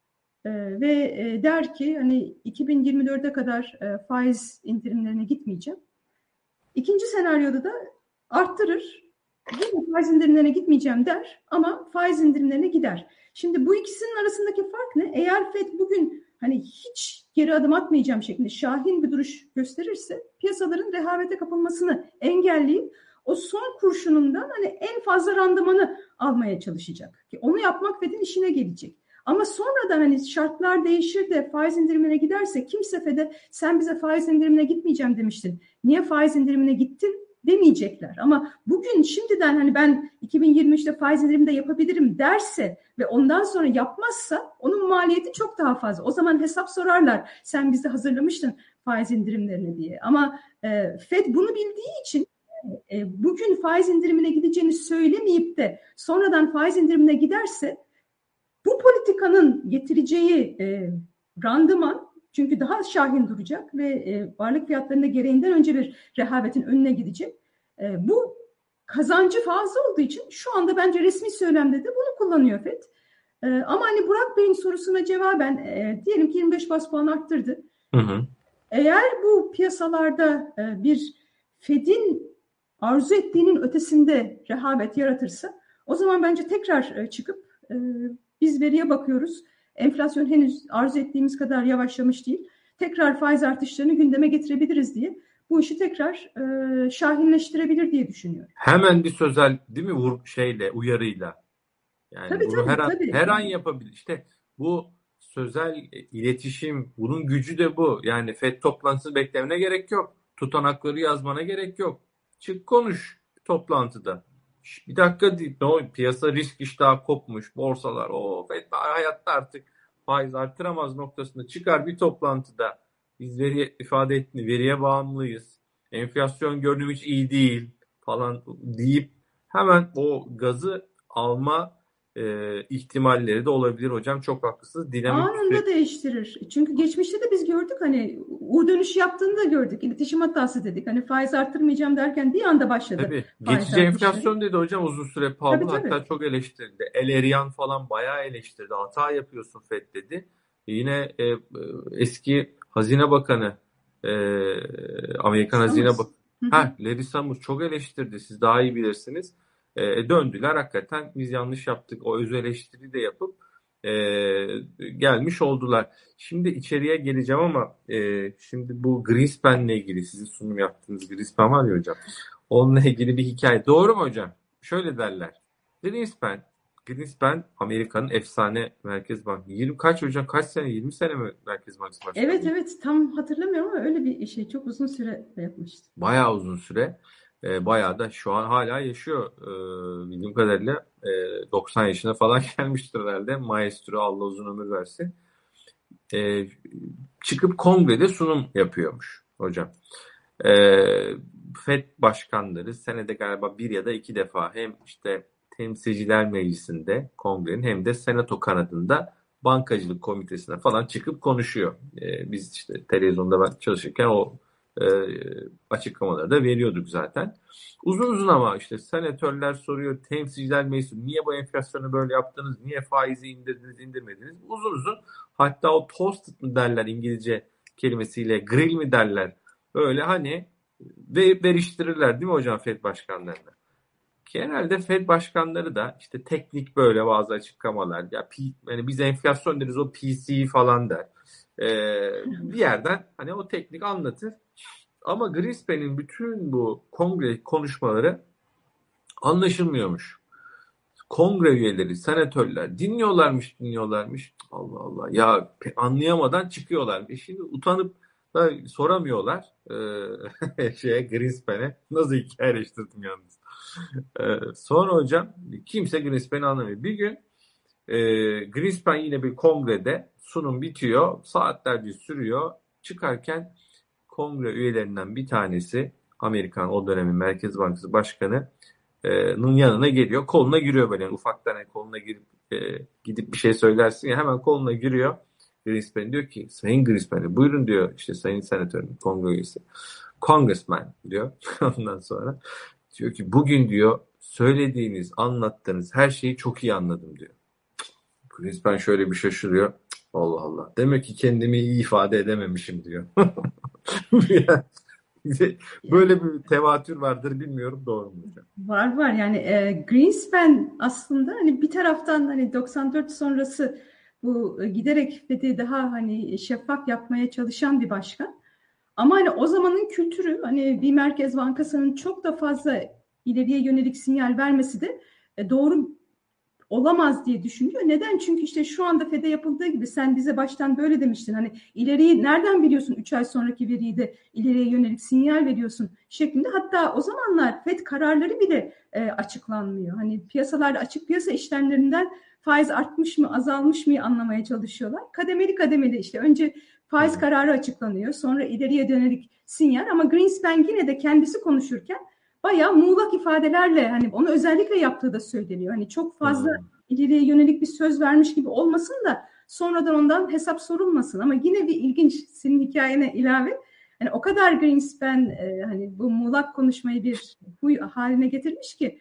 ve der ki hani 2024'e kadar faiz indirimlerine gitmeyeceğim. İkinci senaryoda da arttırır, yine faiz indirimlerine gitmeyeceğim der ama faiz indirimlerine gider. Şimdi bu ikisinin arasındaki fark ne? Eğer FED bugün hani hiç geri adım atmayacağım şeklinde şahin bir duruş gösterirse piyasaların rehavete kapılmasını engelleyip o son kurşunundan hani en fazla randımanı almaya çalışacak. Ki onu yapmak FED'in işine gelecek. Ama sonradan hani şartlar değişir de faiz indirimine giderse kimse FED'e sen bize faiz indirimine gitmeyeceğim demiştin. Niye faiz indirimine gittin demeyecekler. Ama bugün şimdiden hani ben 2023'te faiz indirimi de yapabilirim derse ve ondan sonra yapmazsa onun maliyeti çok daha fazla. O zaman hesap sorarlar. Sen bizi hazırlamıştın faiz indirimlerini diye. Ama FED bunu bildiği için bugün faiz indirimine gideceğini söylemeyip de sonradan faiz indirimine giderse bu politikanın getireceği randıman çünkü daha şahin duracak ve varlık fiyatlarında gereğinden önce bir rehavetin önüne gidecek. Bu kazancı fazla olduğu için şu anda bence resmi söylemde de bunu kullanıyor FED. Ama hani Burak Bey'in sorusuna cevaben diyelim ki 25 bas puan arttırdı. Eğer bu piyasalarda bir FED'in arzu ettiğinin ötesinde rehavet yaratırsa o zaman bence tekrar çıkıp biz veriye bakıyoruz. Enflasyon henüz arzu ettiğimiz kadar yavaşlamış değil. Tekrar faiz artışlarını gündeme getirebiliriz diye bu işi tekrar şahinleştirebilir diye düşünüyorum. Hemen bir sözel değil mi uyarıyla. Yani tabii, bunu tabii. her an yapabilir. İşte bu sözel iletişim, bunun gücü de bu. Yani FED toplantısı beklemene gerek yok. Tutanakları yazmana gerek yok. Çık konuş toplantıda. Bir dakika değil. Piyasa risk iştahı kopmuş. Borsalar FED hayatta artık faiz arttıramaz noktasında çıkar bir toplantıda. Biz veriye bağımlıyız. Enflasyon görünüm hiç iyi değil falan deyip hemen o gazı alma ihtimalleri de olabilir hocam. Çok haklısınız. Anında değiştirir. Çünkü geçmişte de biz gördük hani U dönüşü yaptığını da gördük. İletişim hatası dedik. Hani faiz arttırmayacağım derken bir anda başladı. Tabii. Geçici enflasyon dedi hocam uzun süre Powell hatta çok eleştirildi. El Eriyan falan bayağı eleştirdi. Hata yapıyorsun FED dedi. Yine eski Hazine Bakanı Amerikan Hazine Bakanı Larry Summers çok eleştirdi. Siz daha iyi bilirsiniz. Döndüler hakikaten biz yanlış yaptık. O öz eleştiri de yapıp gelmiş oldular. Şimdi içeriye geleceğim ama şimdi bu Greenspan'le ilgili sizin sunum yaptığınız Greenspan var ya hocam. Onunla ilgili bir hikaye. Doğru mu hocam? Şöyle derler. Greenspan Amerika'nın efsane Merkez Bankası. Kaç sene? 20 sene mi Merkez Bankası başkanı? Evet tam hatırlamıyorum ama öyle bir şey çok uzun süre yapmıştı. Bayağı uzun süre. Bayağı da şu an hala yaşıyor bildiğim kadarıyla 90 yaşına falan gelmiştir herhalde. Maestro Allah uzun ömür versin. Çıkıp kongrede sunum yapıyormuş hocam. FED başkanları senede galiba bir ya da iki defa hem işte Temsilciler Meclisi'nde kongrenin hem de Senato kanadında bankacılık komitesine falan çıkıp konuşuyor. Biz işte televizyonda ben çalışırken o açıklamaları da veriyorduk zaten. Uzun ama işte senatörler soruyor, temsilciler meclisi niye bu enflasyonu böyle yaptınız, niye faizi indirmediniz? Uzun hatta o toasted mı derler İngilizce kelimesiyle, grill mi derler böyle hani veriştirirler değil mi hocam FED başkanlarına? Genelde FED başkanları da işte teknik böyle bazı açıklamalar yani biz enflasyon deriz o PC falan der. Bir yerden hani o teknik anlatır. Ama Greenspan'in bütün bu kongre konuşmaları anlaşılmıyormuş. Kongre üyeleri, senatörler dinliyorlarmış. Allah Allah. Ya anlayamadan çıkıyorlar. Şimdi utanıp da soramıyorlar Greenspan'e. Nasıl hikayeleştirdim yalnız. Sonra hocam kimse Greenspan'i anlamıyor. Bir gün Greenspan yine bir kongrede sunum bitiyor. Saatlerce sürüyor. Çıkarken kongre üyelerinden bir tanesi Amerikan o dönemin Merkez Bankası Başkanı yanına geliyor. Koluna giriyor böyle. Yani ufaktan yani koluna girip gidip bir şey söylersin ya hemen koluna giriyor. Greenspan diyor ki Sayın Greenspan buyurun diyor işte Sayın Senatörün kongre üyesi. Congressman diyor. Ondan sonra diyor ki bugün diyor söylediğiniz, anlattığınız her şeyi çok iyi anladım diyor. Greenspan şöyle bir şaşırıyor. Allah Allah. Demek ki kendimi iyi ifade edememişim diyor. Böyle bir tevatür vardır bilmiyorum doğru mu hocam? Var yani Greenspan aslında hani bir taraftan hani 94 sonrası bu giderek FED'i daha hani şeffaf yapmaya çalışan bir başkan. Ama hani o zamanın kültürü hani bir Merkez Bankası'nın çok da fazla ileriye yönelik sinyal vermesi de doğru olamaz diye düşünüyor. Neden? Çünkü işte şu anda FED'e yapıldığı gibi sen bize baştan böyle demiştin. Hani ileriyi nereden biliyorsun 3 ay sonraki veriyi de ileriye yönelik sinyal veriyorsun şeklinde. Hatta o zamanlar FED kararları bile açıklanmıyor. Hani piyasalarda açık piyasa işlemlerinden faiz artmış mı azalmış mı anlamaya çalışıyorlar. Kademeli kademeli işte önce faiz kararı açıklanıyor. Sonra ileriye yönelik sinyal ama Greenspan yine de kendisi konuşurken bayağı muğlak ifadelerle hani onu özellikle yaptığı da söyleniyor. Hani çok fazla ileriye yönelik bir söz vermiş gibi olmasın da sonradan ondan hesap sorulmasın. Ama yine bir ilginç senin hikayene ilave. Hani o kadar Greenspan hani bu muğlak konuşmayı bir huy haline getirmiş ki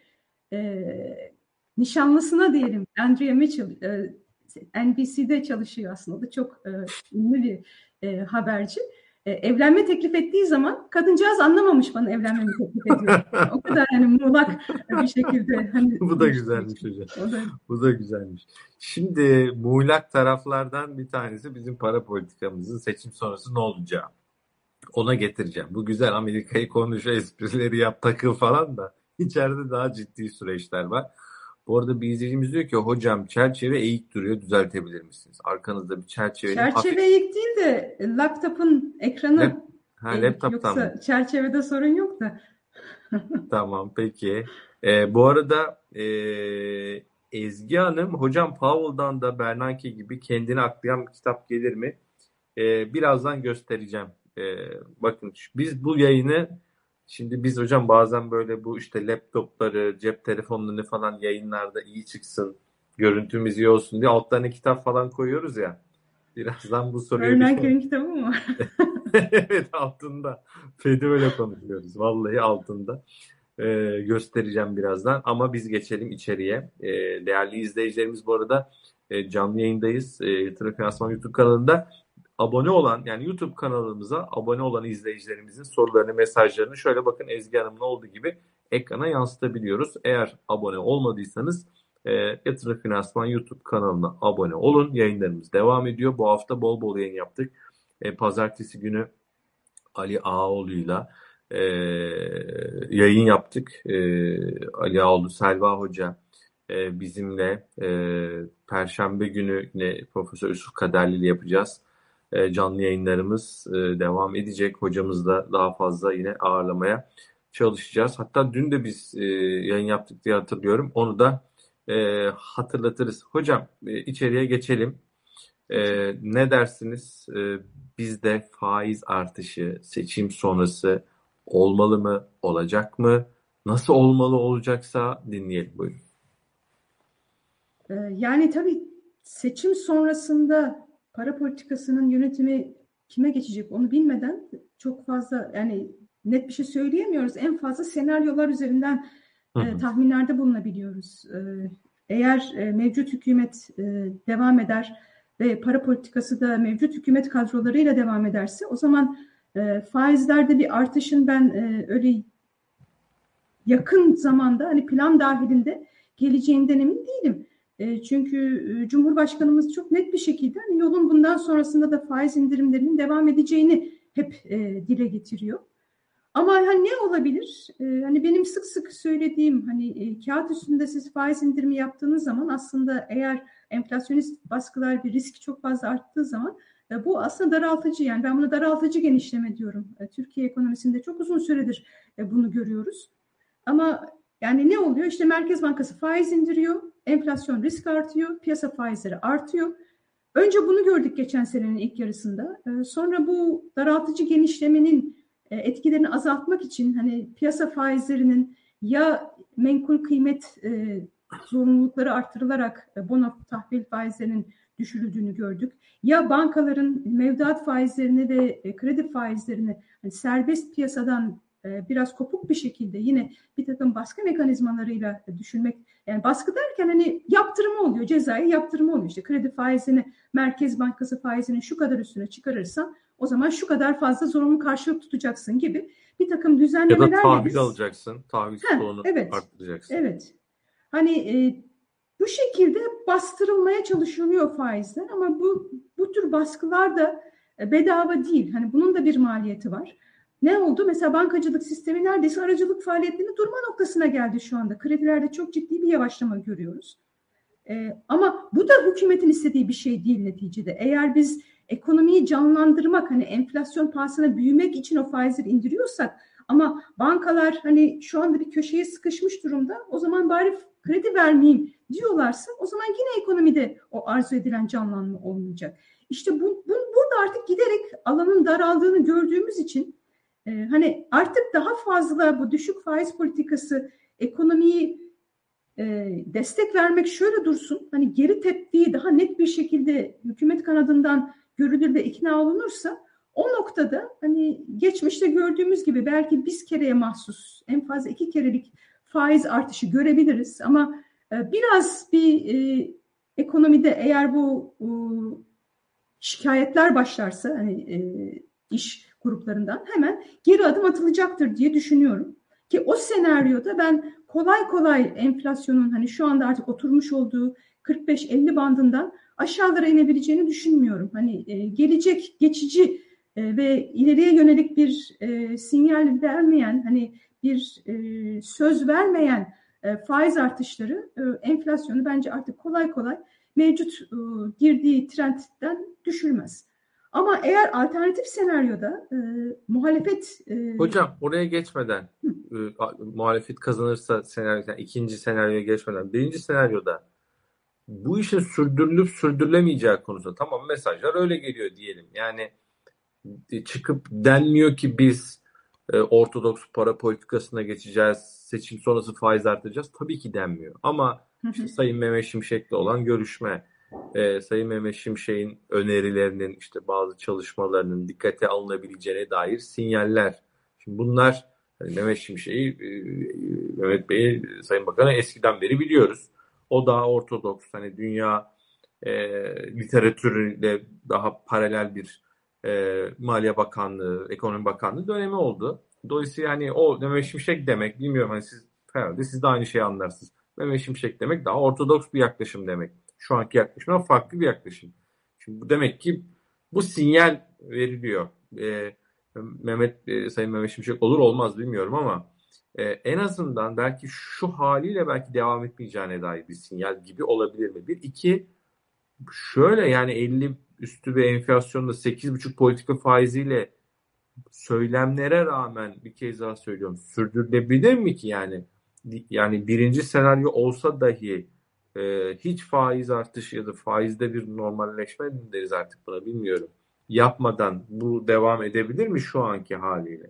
nişanlısına diyelim Andrea Mitchell NBC'de çalışıyor aslında. O da çok ünlü bir haberci. Evlenme teklif ettiği zaman kadıncağız anlamamış bana evlenmemi teklif ediyor. O kadar hani muğlak bir şekilde. Hani, Bu da güzelmiş hocam. Bu da güzelmiş. Şimdi muğlak taraflardan bir tanesi bizim para politikamızın seçim sonrası ne olacağı. Ona getireceğim. Bu güzel Amerika'yı konuş, esprileri yap, takıl falan da içeride daha ciddi süreçler var. Bu arada bir izleyicimiz diyor ki hocam çerçeve eğik duruyor düzeltebilir misiniz? Arkanızda bir çerçevenin çerçeve eğik değil de laptopun ekranı laptoptan yoksa mı? çerçevede sorun yok da. Tamam peki. Bu arada Ezgi Hanım hocam Powell'dan da Bernanke gibi kendini aklayan bir kitap gelir mi? Birazdan göstereceğim. Bakın biz bu yayını şimdi biz hocam bazen böyle bu işte laptopları, cep telefonlarını falan yayınlarda iyi çıksın, görüntümüz iyi olsun diye altlarına kitap falan koyuyoruz ya. Birazdan bu soruya Bernanke'nin kitabı mı var? Evet altında. FED'i öyle konuşuyoruz. Vallahi altında. Göstereceğim birazdan. Ama biz geçelim içeriye. Değerli izleyicilerimiz bu arada canlı yayındayız. Yatırım Finansman YouTube kanalında. Abone olan yani YouTube kanalımıza abone olan izleyicilerimizin sorularını, mesajlarını şöyle bakın Ezgi Hanım'ın olduğu gibi ekrana yansıtabiliyoruz. Eğer abone olmadıysanız Yatırım Finansman YouTube kanalına abone olun. Yayınlarımız devam ediyor. Bu hafta bol bol yayın yaptık. Pazartesi günü Ali Ağaoğlu'yla yayın yaptık. Ali Ağaoğlu, Selva Hoca bizimle Perşembe günü yine Profesör Yusuf Kaderli ile yapacağız. Canlı yayınlarımız devam edecek. Hocamızla daha fazla yine ağırlamaya çalışacağız. Hatta dün de biz yayın yaptık diye hatırlıyorum. Onu da hatırlatırız. Hocam içeriye geçelim. Ne dersiniz? Bizde faiz artışı seçim sonrası olmalı mı? Olacak mı? Nasıl olmalı olacaksa dinleyelim. Buyurun. Yani tabii seçim sonrasında para politikasının yönetimi kime geçecek onu bilmeden çok fazla yani net bir şey söyleyemiyoruz. En fazla senaryolar üzerinden tahminlerde bulunabiliyoruz. Eğer mevcut hükümet devam eder ve para politikası da mevcut hükümet kadrolarıyla devam ederse o zaman faizlerde bir artışın ben öyle yakın zamanda hani plan dahilinde geleceğinden emin değilim. Çünkü Cumhurbaşkanımız çok net bir şekilde hani yolun bundan sonrasında da faiz indirimlerinin devam edeceğini hep dile getiriyor. Ama hani ne olabilir? Hani benim sık sık söylediğim hani kağıt üstünde siz faiz indirimi yaptığınız zaman aslında eğer enflasyonist baskılar bir risk çok fazla arttığı zaman bu aslında daraltıcı, yani ben buna daraltıcı genişleme diyorum. Türkiye ekonomisinde çok uzun süredir bunu görüyoruz. Ama yani ne oluyor? İşte Merkez Bankası faiz indiriyor, enflasyon risk artıyor, piyasa faizleri artıyor. Önce bunu gördük geçen senenin ilk yarısında. Sonra bu daraltıcı genişlemenin etkilerini azaltmak için hani piyasa faizlerinin ya menkul kıymet zorunlulukları artırılarak bono tahvil faizlerinin düşürüldüğünü gördük. Ya bankaların mevduat faizlerini ve kredi faizlerini hani serbest piyasadan biraz kopuk bir şekilde yine bir takım baskı mekanizmalarıyla düşürmek, yani baskı derken hani yaptırımı oluyor, cezai yaptırımı oluyor. İşte kredi faizini Merkez Bankası faizinin şu kadar üstüne çıkarırsan o zaman şu kadar fazla zorunlu karşılık tutacaksın gibi bir takım düzenlemelerle Ya da tahvil alacaksın, tahvil stoğunu evet, arttıracaksın. evet. Hani bu şekilde bastırılmaya çalışılıyor faizler ama bu tür baskılar da bedava değil. Hani bunun da bir maliyeti var. Ne oldu? Mesela bankacılık sistemi neredeyse aracılık faaliyetlerinin durma noktasına geldi şu anda. Kredilerde çok ciddi bir yavaşlama görüyoruz. Ama bu da hükümetin istediği bir şey değil neticede. Eğer biz ekonomiyi canlandırmak, hani enflasyon pahasına büyümek için o faizleri indiriyorsak ama bankalar hani şu anda bir köşeye sıkışmış durumda, o zaman bari kredi vermeyeyim diyorlarsa o zaman yine ekonomide o arzu edilen canlanma olmayacak. İşte burada artık giderek alanın daraldığını gördüğümüz için hani artık daha fazla bu düşük faiz politikası ekonomiyi destek vermek şöyle dursun, hani geri tepkiyi daha net bir şekilde hükümet kanadından görülür ve ikna olunursa o noktada hani geçmişte gördüğümüz gibi belki biz kereye mahsus en fazla 2 kerelik faiz artışı görebiliriz ama biraz bir ekonomide eğer bu şikayetler başlarsa hani iş gruplarından hemen geri adım atılacaktır diye düşünüyorum. Ki o senaryoda ben kolay kolay enflasyonun hani şu anda artık oturmuş olduğu 45-50 bandından aşağılara inebileceğini düşünmüyorum. Hani gelecek geçici ve ileriye yönelik bir sinyal vermeyen, hani bir söz vermeyen faiz artışları enflasyonu bence artık kolay kolay mevcut girdiği trendden düşürmez. Ama eğer alternatif senaryoda muhalefet... Hocam oraya geçmeden muhalefet kazanırsa senaryo, yani ikinci senaryoya geçmeden birinci senaryoda bu işin sürdürülüp sürdürülemeyeceği konusunda tamam mesajlar öyle geliyor diyelim. Yani çıkıp denmiyor ki biz ortodoks para politikasına geçeceğiz, seçim sonrası faiz artıracağız. Tabii ki denmiyor. Ama işte Sayın Mehmet Şimşek'le olan görüşme, Sayın Mehmet Şimşek'in önerilerinin, işte bazı çalışmalarının dikkate alınabileceğine dair sinyaller. Şimdi bunlar hani Mehmet Şimşek'i, Mehmet Bey'i, Sayın Bakan'ı eskiden beri biliyoruz. O daha ortodoks, hani dünya literatürüyle daha paralel bir Maliye Bakanlığı, Ekonomi Bakanlığı dönemi oldu. Dolayısıyla hani o Mehmet Şimşek demek, bilmiyorum hani siz herhalde siz de aynı şeyi anlarsınız. Mehmet Şimşek demek daha ortodoks bir yaklaşım demek. Şu anki yaklaşımdan farklı bir yaklaşım. Şimdi bu demek ki bu sinyal veriliyor. Sayın Mehmet Şimşek olur olmaz bilmiyorum ama en azından belki şu haliyle belki devam etmeyeceğine dair bir sinyal gibi olabilir mi? Bir, iki, şöyle yani 50 üstü ve enflasyonda 8,5 politika faiziyle söylemlere rağmen bir kez daha söylüyorum sürdürülebilir mi ki yani birinci senaryo olsa dahi hiç faiz artışı ya da faizde bir normalleşme deriz artık buna bilmiyorum. Yapmadan bu devam edebilir mi şu anki haliyle?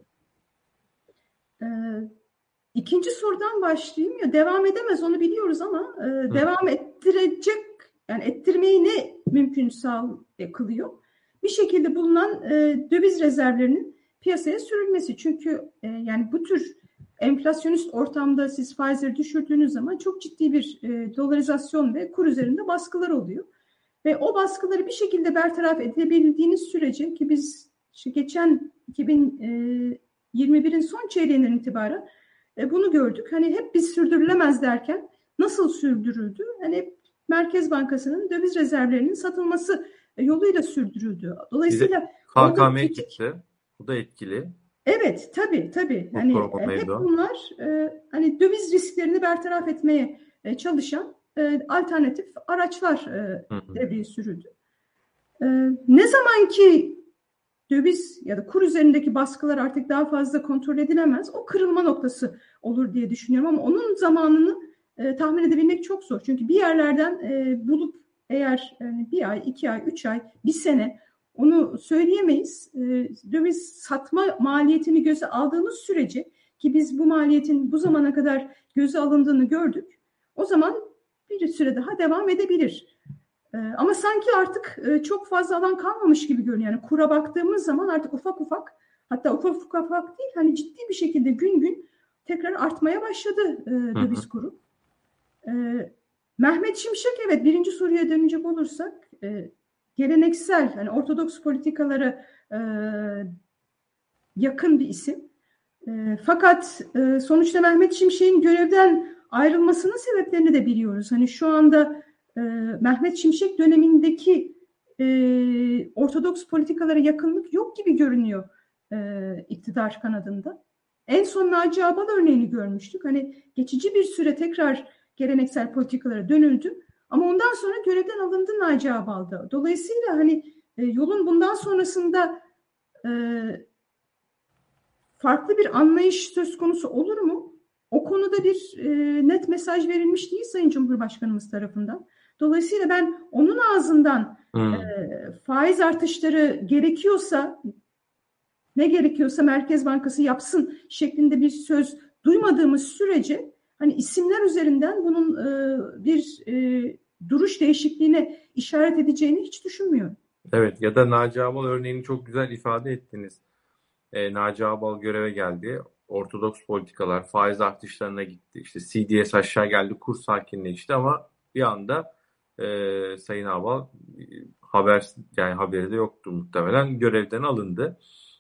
İkinci sorudan başlayayım. Ya devam edemez onu biliyoruz ama devam ettirecek, yani ettirmeyi ne mümkün kılıyor? Bir şekilde bulunan döviz rezervlerinin piyasaya sürülmesi. Çünkü yani bu tür enflasyonist ortamda siz faizleri düşürdüğünüz zaman çok ciddi bir dolarizasyon ve kur üzerinde baskılar oluyor. Ve o baskıları bir şekilde bertaraf edebildiğiniz sürece, ki biz geçen 2021'in son çeyreğinden itibaren bunu gördük. Hani hep biz sürdürülemez derken nasıl sürdürüldü? Hani Merkez Bankası'nın döviz rezervlerinin satılması yoluyla sürdürüldü. Dolayısıyla KKM orada kritik, çıktı. Bu da etkili. evet, tabii. Bu Hani koruma hep mevzu. bunlar hani döviz risklerini bertaraf etmeye çalışan alternatif araçlar Hı hı. devreye sürüldü. Ne zaman ki döviz ya da kur üzerindeki baskılar artık daha fazla kontrol edilemez, o kırılma noktası olur diye düşünüyorum. Ama onun zamanını tahmin edebilmek çok zor. Çünkü bir yerlerden bulup eğer bir ay, 2 ay, 3 ay, bir sene onu söyleyemeyiz. Döviz satma maliyetini göze aldığımız sürece, ki biz bu maliyetin bu zamana kadar göze alındığını gördük, o zaman bir süre daha devam edebilir. Ama sanki artık çok fazla alan kalmamış gibi görünüyor. Yani kura baktığımız zaman artık ufak ufak, hatta ufak değil, hani ciddi bir şekilde gün gün tekrar artmaya başladı döviz kuru. Mehmet Şimşek, evet, birinci soruya dönecek olursak geleneksel, hani ortodoks politikalara yakın bir isim. Fakat sonuçta Mehmet Şimşek'in görevden ayrılmasının sebeplerini de biliyoruz. Hani şu anda Mehmet Şimşek dönemindeki ortodoks politikalara yakınlık yok gibi görünüyor iktidar kanadında. En son Naci Ağbal örneğini görmüştük. Hani geçici bir süre tekrar geleneksel politikalara dönüldü. Ama ondan sonra görevden alındı Naci Ağbal'da. Dolayısıyla hani yolun bundan sonrasında farklı bir anlayış söz konusu olur mu? O konuda bir net mesaj verilmiş değil Sayın Cumhurbaşkanımız tarafından. Dolayısıyla ben onun ağzından faiz artışları gerekiyorsa, ne gerekiyorsa Merkez Bankası yapsın şeklinde bir söz duymadığımız sürece hani isimler üzerinden bunun bir duruş değişikliğine işaret edeceğini hiç düşünmüyorum. Evet, ya da Naci Ağbal örneğini çok güzel ifade ettiniz. Naci Ağbal göreve geldi. Ortodoks politikalar faiz artışlarına gitti. İşte CDS aşağı geldi, kur sakinleşti ama bir anda Sayın Ağbal haberi de yoktu muhtemelen, görevden alındı.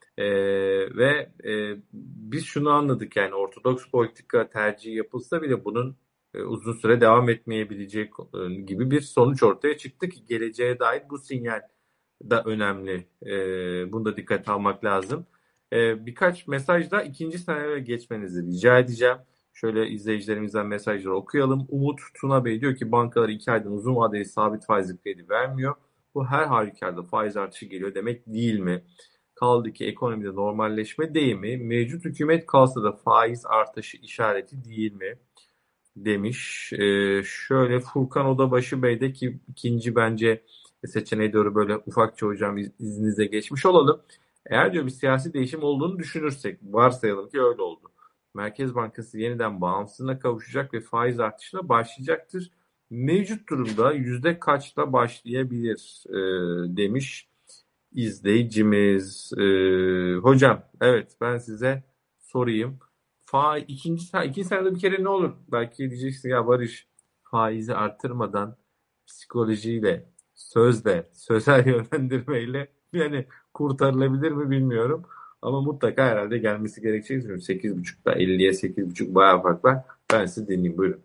Ve biz şunu anladık, yani ortodoks politika tercihi yapılsa bile bunun uzun süre devam etmeyebileceği gibi bir sonuç ortaya çıktı ki geleceğe dair bu sinyal da önemli. Bunu da dikkate almak lazım. Birkaç mesaj da ikinci senaryoya geçmenizi rica edeceğim. Şöyle izleyicilerimizden mesajları okuyalım. Umut Tuna Bey diyor ki bankalar 2 aydan uzun vadeli sabit faizli kredi vermiyor. Bu her halükarda faiz artışı geliyor demek değil mi? Kaldı ki ekonomide normalleşme değil mi? Mevcut hükümet kalsa da faiz artışı işareti değil mi? Demiş. Şöyle Furkan Odabaşı Bey de, ki ikinci bence seçeneğe doğru böyle ufakça hocam izninizle geçmiş olalım. Eğer diyor bir siyasi değişim olduğunu düşünürsek, varsayalım ki öyle oldu. Merkez Bankası yeniden bağımsızlığına kavuşacak ve faiz artışına başlayacaktır. Mevcut durumda yüzde kaçla başlayabilir demiş izleyicimiz. Hocam, evet, ben size sorayım. İkinci senede bir kere ne olur? Belki diyeceksin ya Barış, faizi artırmadan psikolojiyle, sözel yönlendirmeyle yani kurtarılabilir mi bilmiyorum. Ama mutlaka herhalde gelmesi gerekecek. 8,5'da 50'ye 8,5 bayağı fark var. Ben sizi dinleyeyim, buyurun.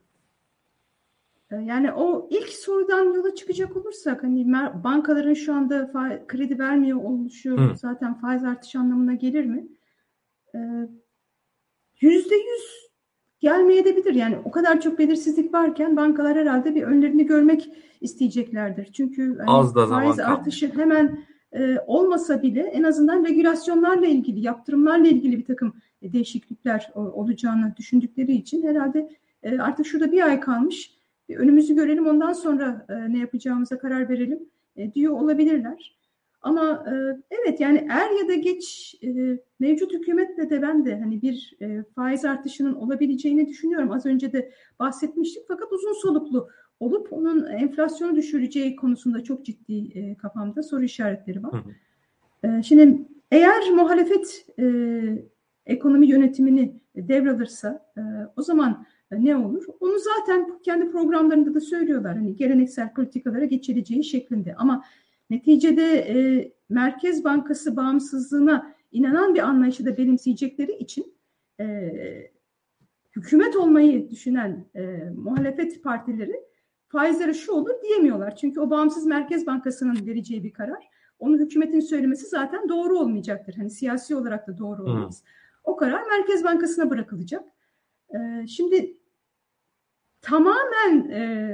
Yani o ilk sorudan yola çıkacak olursak, hani bankaların şu anda kredi vermiyor oluşu zaten faiz artışı anlamına gelir mi? %100 gelmeyebilir. Yani o kadar çok belirsizlik varken bankalar herhalde bir önlerini görmek isteyeceklerdir. Çünkü hani az da zaman faiz artışı hemen olmasa bile en azından regülasyonlarla ilgili, yaptırımlarla ilgili bir takım değişiklikler olacağını düşündükleri için herhalde artık şurada bir ay kalmış, önümüzü görelim, ondan sonra ne yapacağımıza karar verelim diyor olabilirler. Ama evet, yani er ya da geç mevcut hükümetle de ben de hani bir faiz artışının olabileceğini düşünüyorum. Az önce de bahsetmiştik, fakat uzun soluklu olup onun enflasyonu düşüreceği konusunda çok ciddi kafamda soru işaretleri var. Şimdi eğer muhalefet ekonomi yönetimini devralırsa o zaman ne olur? Onu zaten kendi programlarında da söylüyorlar. Hani geleneksel politikalara geçileceği şeklinde. Ama neticede Merkez Bankası bağımsızlığına inanan bir anlayışı da benimseyecekleri için hükümet olmayı düşünen muhalefet partileri faizlere şu olur diyemiyorlar. Çünkü o bağımsız Merkez Bankası'nın vereceği bir karar. Onu hükümetin söylemesi zaten doğru olmayacaktır. Hani siyasi olarak da doğru olmaz. O karar Merkez Bankası'na bırakılacak. Şimdi tamamen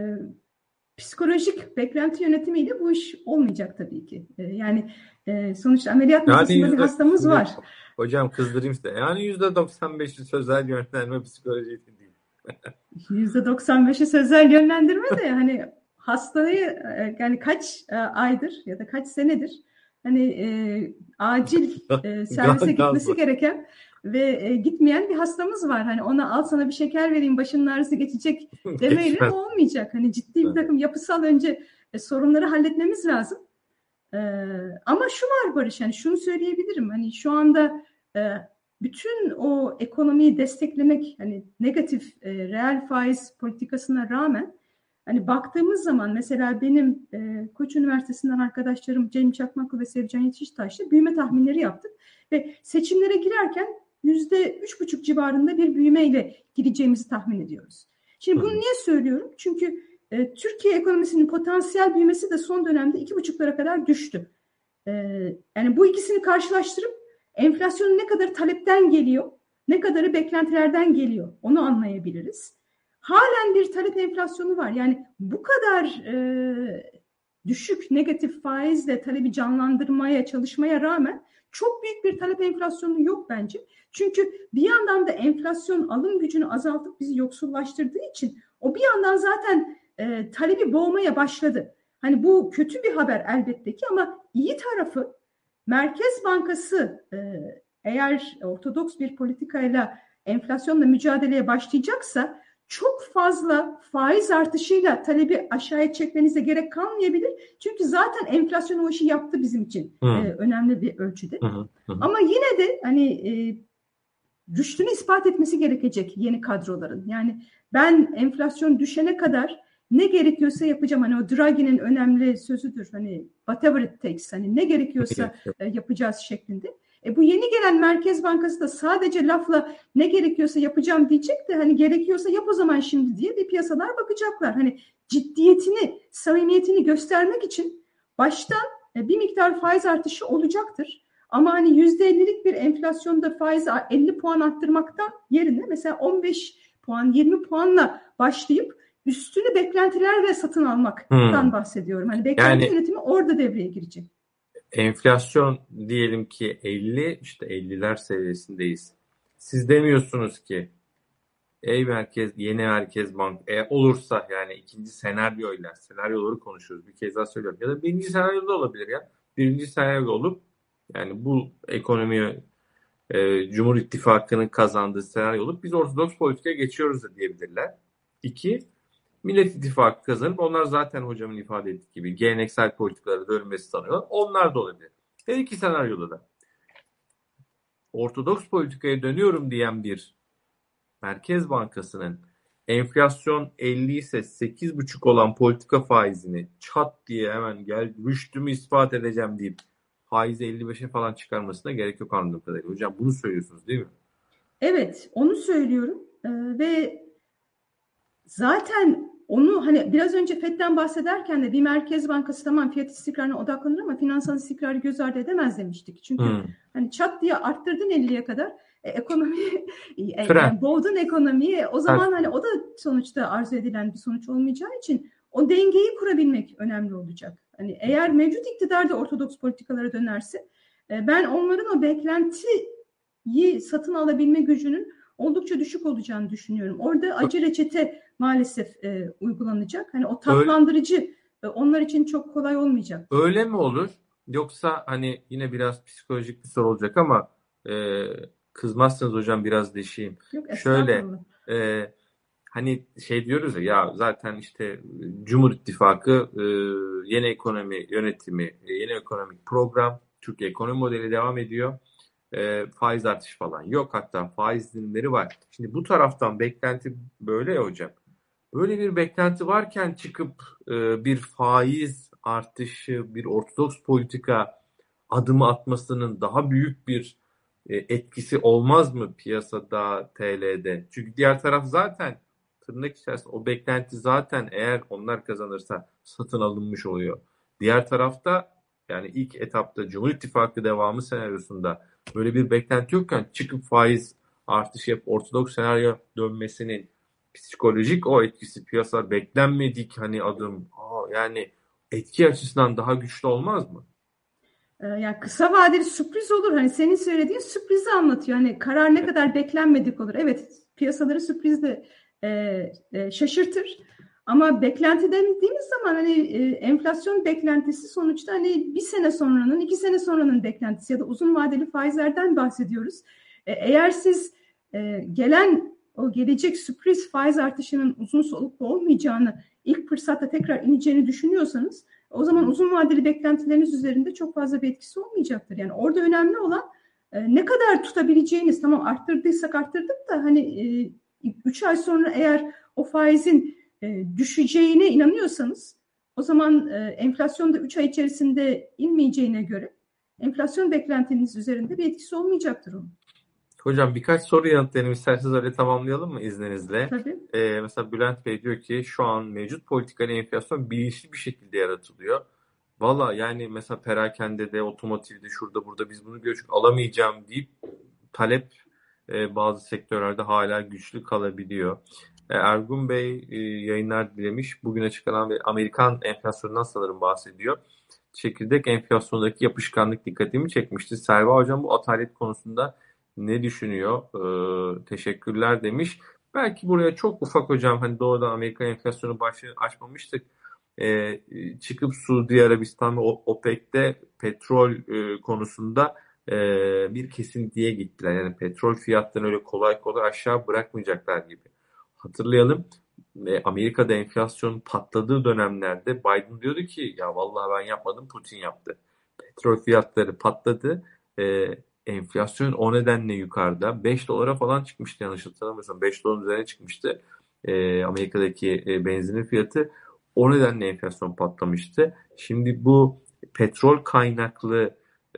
psikolojik beklenti yönetimiyle bu iş olmayacak tabii ki. Yani sonuçta ameliyat masasında bir hastamız var. Hocam kızdırayım size. Yani %95'i sözel yönlendirme psikoloji değil. %95'i sözel yönlendirme de hani hastayı yani kaç aydır ya da kaç senedir hani acil servise gitmesi gereken ve gitmeyen bir hastamız var. Hani ona al sana bir şeker vereyim başının ağrısı geçecek demeyle olmayacak. Hani ciddi bir takım yapısal önce sorunları halletmemiz lazım. Ama şu var Barış, hani şunu söyleyebilirim. Hani şu anda bütün o ekonomiyi desteklemek, hani negatif reel faiz politikasına rağmen hani baktığımız zaman mesela benim Koç Üniversitesi'nden arkadaşlarım Cem Çakmaklı ve Sevcan Yetiştaş'la büyüme tahminleri yaptık ve seçimlere girerken %3,5 civarında bir büyümeyle gireceğimizi tahmin ediyoruz. Şimdi bunu niye söylüyorum? Çünkü Türkiye ekonomisinin potansiyel büyümesi de son dönemde 2,5'lara kadar düştü. Yani bu ikisini karşılaştırıp enflasyonun ne kadar talepten geliyor, ne kadarı beklentilerden geliyor onu anlayabiliriz. Halen bir talep enflasyonu var. Yani bu kadar düşük negatif faizle talebi canlandırmaya çalışmaya rağmen çok büyük bir talep enflasyonu yok bence. Çünkü bir yandan da enflasyon alım gücünü azaltıp bizi yoksullaştırdığı için o bir yandan zaten talebi boğmaya başladı. Hani bu kötü bir haber elbette ki ama iyi tarafı Merkez Bankası eğer ortodoks bir politikayla enflasyonla mücadeleye başlayacaksa çok fazla faiz artışıyla talebi aşağıya çekmenize gerek kalmayabilir. Çünkü zaten enflasyon o işi yaptı bizim için önemli bir ölçüde. Ama yine de hani rüştünü ispat etmesi gerekecek yeni kadroların. Yani ben enflasyon düşene kadar ne gerekiyorsa yapacağım. Hani o Draghi'nin önemli sözüdür. Hani whatever it takes. Hani ne gerekiyorsa yapacağız şeklinde. Bu yeni gelen Merkez Bankası da sadece lafla ne gerekiyorsa yapacağım diyecek de hani gerekiyorsa yap o zaman şimdi diye bir piyasalar bakacaklar. Hani ciddiyetini, samimiyetini göstermek için baştan bir miktar faiz artışı olacaktır. Ama hani %50'lik bir enflasyonda faizi 50 puan arttırmaktan yerine mesela 15 puan, 20 puanla başlayıp üstünü beklentilerle satın almaktan bahsediyorum. Hani beklenti yönetimi orada devreye girecek. Enflasyon diyelim ki 50, işte 50'ler seviyesindeyiz. Siz demiyorsunuz ki ey yeni Merkez Bank olursa yani ikinci senaryoları konuşuyoruz. Bir kez daha söylüyorum. Ya da birinci senaryoda olabilir ya. Birinci senaryoda olup yani bu ekonomiye Cumhur İttifakı'nın kazandığı senaryo olup biz ortodoks politikaya geçiyoruz da diyebilirler. 2. Millet İttifakı kazanıp onlar zaten hocamın ifade ettiği gibi geleneksel politikalara dönmesi sanıyorlar. Onlar da olabilir. Her iki senaryoda da ortodoks politikaya dönüyorum diyen bir Merkez Bankası'nın enflasyon 50 ise 8,5 olan politika faizini çat diye hemen gel rüştümü ispat edeceğim deyip faizi 55'e falan çıkarmasına gerek yok anladığım kadarıyla. Hocam bunu söylüyorsunuz değil mi? Evet, onu söylüyorum ve zaten onu hani biraz önce FED'den bahsederken de bir Merkez Bankası tamam fiyat istikrarına odaklanır ama finansal istikrarı göz ardı edemez demiştik. Çünkü hani çat diye arttırdın 50'ye kadar ekonomi yani boğdun ekonomiyi o zaman hani o da sonuçta arzu edilen bir sonuç olmayacağı için o dengeyi kurabilmek önemli olacak. Hani eğer mevcut iktidar da ortodoks politikalara dönerse ben onların o beklentiyi satın alabilme gücünün oldukça düşük olacağını düşünüyorum. Orada acı reçete maalesef uygulanacak. Hani o tatlandırıcı onlar için çok kolay olmayacak. Öyle mi olur? Yoksa hani yine biraz psikolojik bir soru olacak ama kızmazsanız hocam biraz deşeyim. Yok, şöyle hani şey diyoruz ya zaten işte Cumhur İttifakı yeni ekonomi yönetimi, yeni ekonomik program, Türkiye ekonomi modeli devam ediyor. Faiz artışı falan yok, hatta faiz dilimleri var. Şimdi bu taraftan beklenti böyle ya hocam. Böyle bir beklenti varken çıkıp bir faiz artışı, bir ortodoks politika adımı atmasının daha büyük bir etkisi olmaz mı piyasada, TL'de? Çünkü diğer taraf zaten tırnak içerisinde o beklenti zaten eğer onlar kazanırsa satın alınmış oluyor. Diğer tarafta yani ilk etapta Cumhur İttifakı devamı senaryosunda böyle bir beklenti yokken çıkıp faiz artışı yapıp ortodoks senaryo dönmesinin psikolojik o etkisi piyasalar beklenmedik hani adım yani etki açısından daha güçlü olmaz mı? Yani kısa vadeli sürpriz olur. Hani senin söylediğin sürprizi anlatıyor. Hani karar ne kadar beklenmedik olur. Evet, piyasaları sürpriz de şaşırtır. Ama beklenti dediğimiz zaman hani enflasyon beklentisi sonuçta hani bir sene sonranın, 2 sene sonranın beklentisi ya da uzun vadeli faizlerden bahsediyoruz. Eğer siz gelen o gelecek sürpriz faiz artışının uzun soluklu olmayacağını, ilk fırsatta tekrar ineceğini düşünüyorsanız o zaman uzun vadeli beklentileriniz üzerinde çok fazla bir etkisi olmayacaktır. Yani orada önemli olan ne kadar tutabileceğiniz. Tamam, arttırdıysak arttırdık da hani 3 ay sonra eğer o faizin düşeceğine inanıyorsanız o zaman enflasyon da 3 ay içerisinde inmeyeceğine göre enflasyon beklentiniz üzerinde bir etkisi olmayacaktır onun. Hocam birkaç soru yanıtlayalım isterseniz öyle tamamlayalım mı izninizle? Tabii. Mesela Bülent Bey diyor ki şu an mevcut politikayla enflasyon bilinçli bir şekilde yaratılıyor. Valla yani mesela perakendede, otomotivde, şurada burada biz bunu görüyoruz alamayacağım deyip talep bazı sektörlerde hala güçlü kalabiliyor. Ergun Bey yayınlar dilemiş. Bugün açıklanan ve Amerikan enflasyonundan sanırım bahsediyor. Çekirdek enflasyondaki yapışkanlık dikkatimi çekmişti. Selva Hocam bu atalet konusunda ne düşünüyor? Teşekkürler demiş. Belki buraya çok ufak hocam hani doğrudan Amerikan enflasyonu başlığı açmamıştık. Çıkıp Suudi Arabistan ve OPEC'te petrol konusunda bir kesintiye gittiler. Yani petrol fiyatlarını öyle kolay kolay aşağı bırakmayacaklar gibi. Hatırlayalım Amerika'da enflasyon patladığı dönemlerde Biden diyordu ki ya vallahi ben yapmadım Putin yaptı. Petrol fiyatları patladı. Enflasyon o nedenle yukarıda. 5 dolara falan çıkmıştı yanlış hatırlamıyorsam. 5 doların üzerine çıkmıştı Amerika'daki benzinin fiyatı. O nedenle enflasyon patlamıştı. Şimdi bu petrol kaynaklı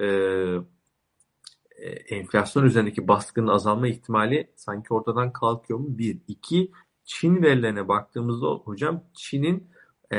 enflasyon üzerindeki baskının azalma ihtimali sanki ortadan kalkıyor mu? Bir. İki, Çin verilerine baktığımızda hocam Çin'in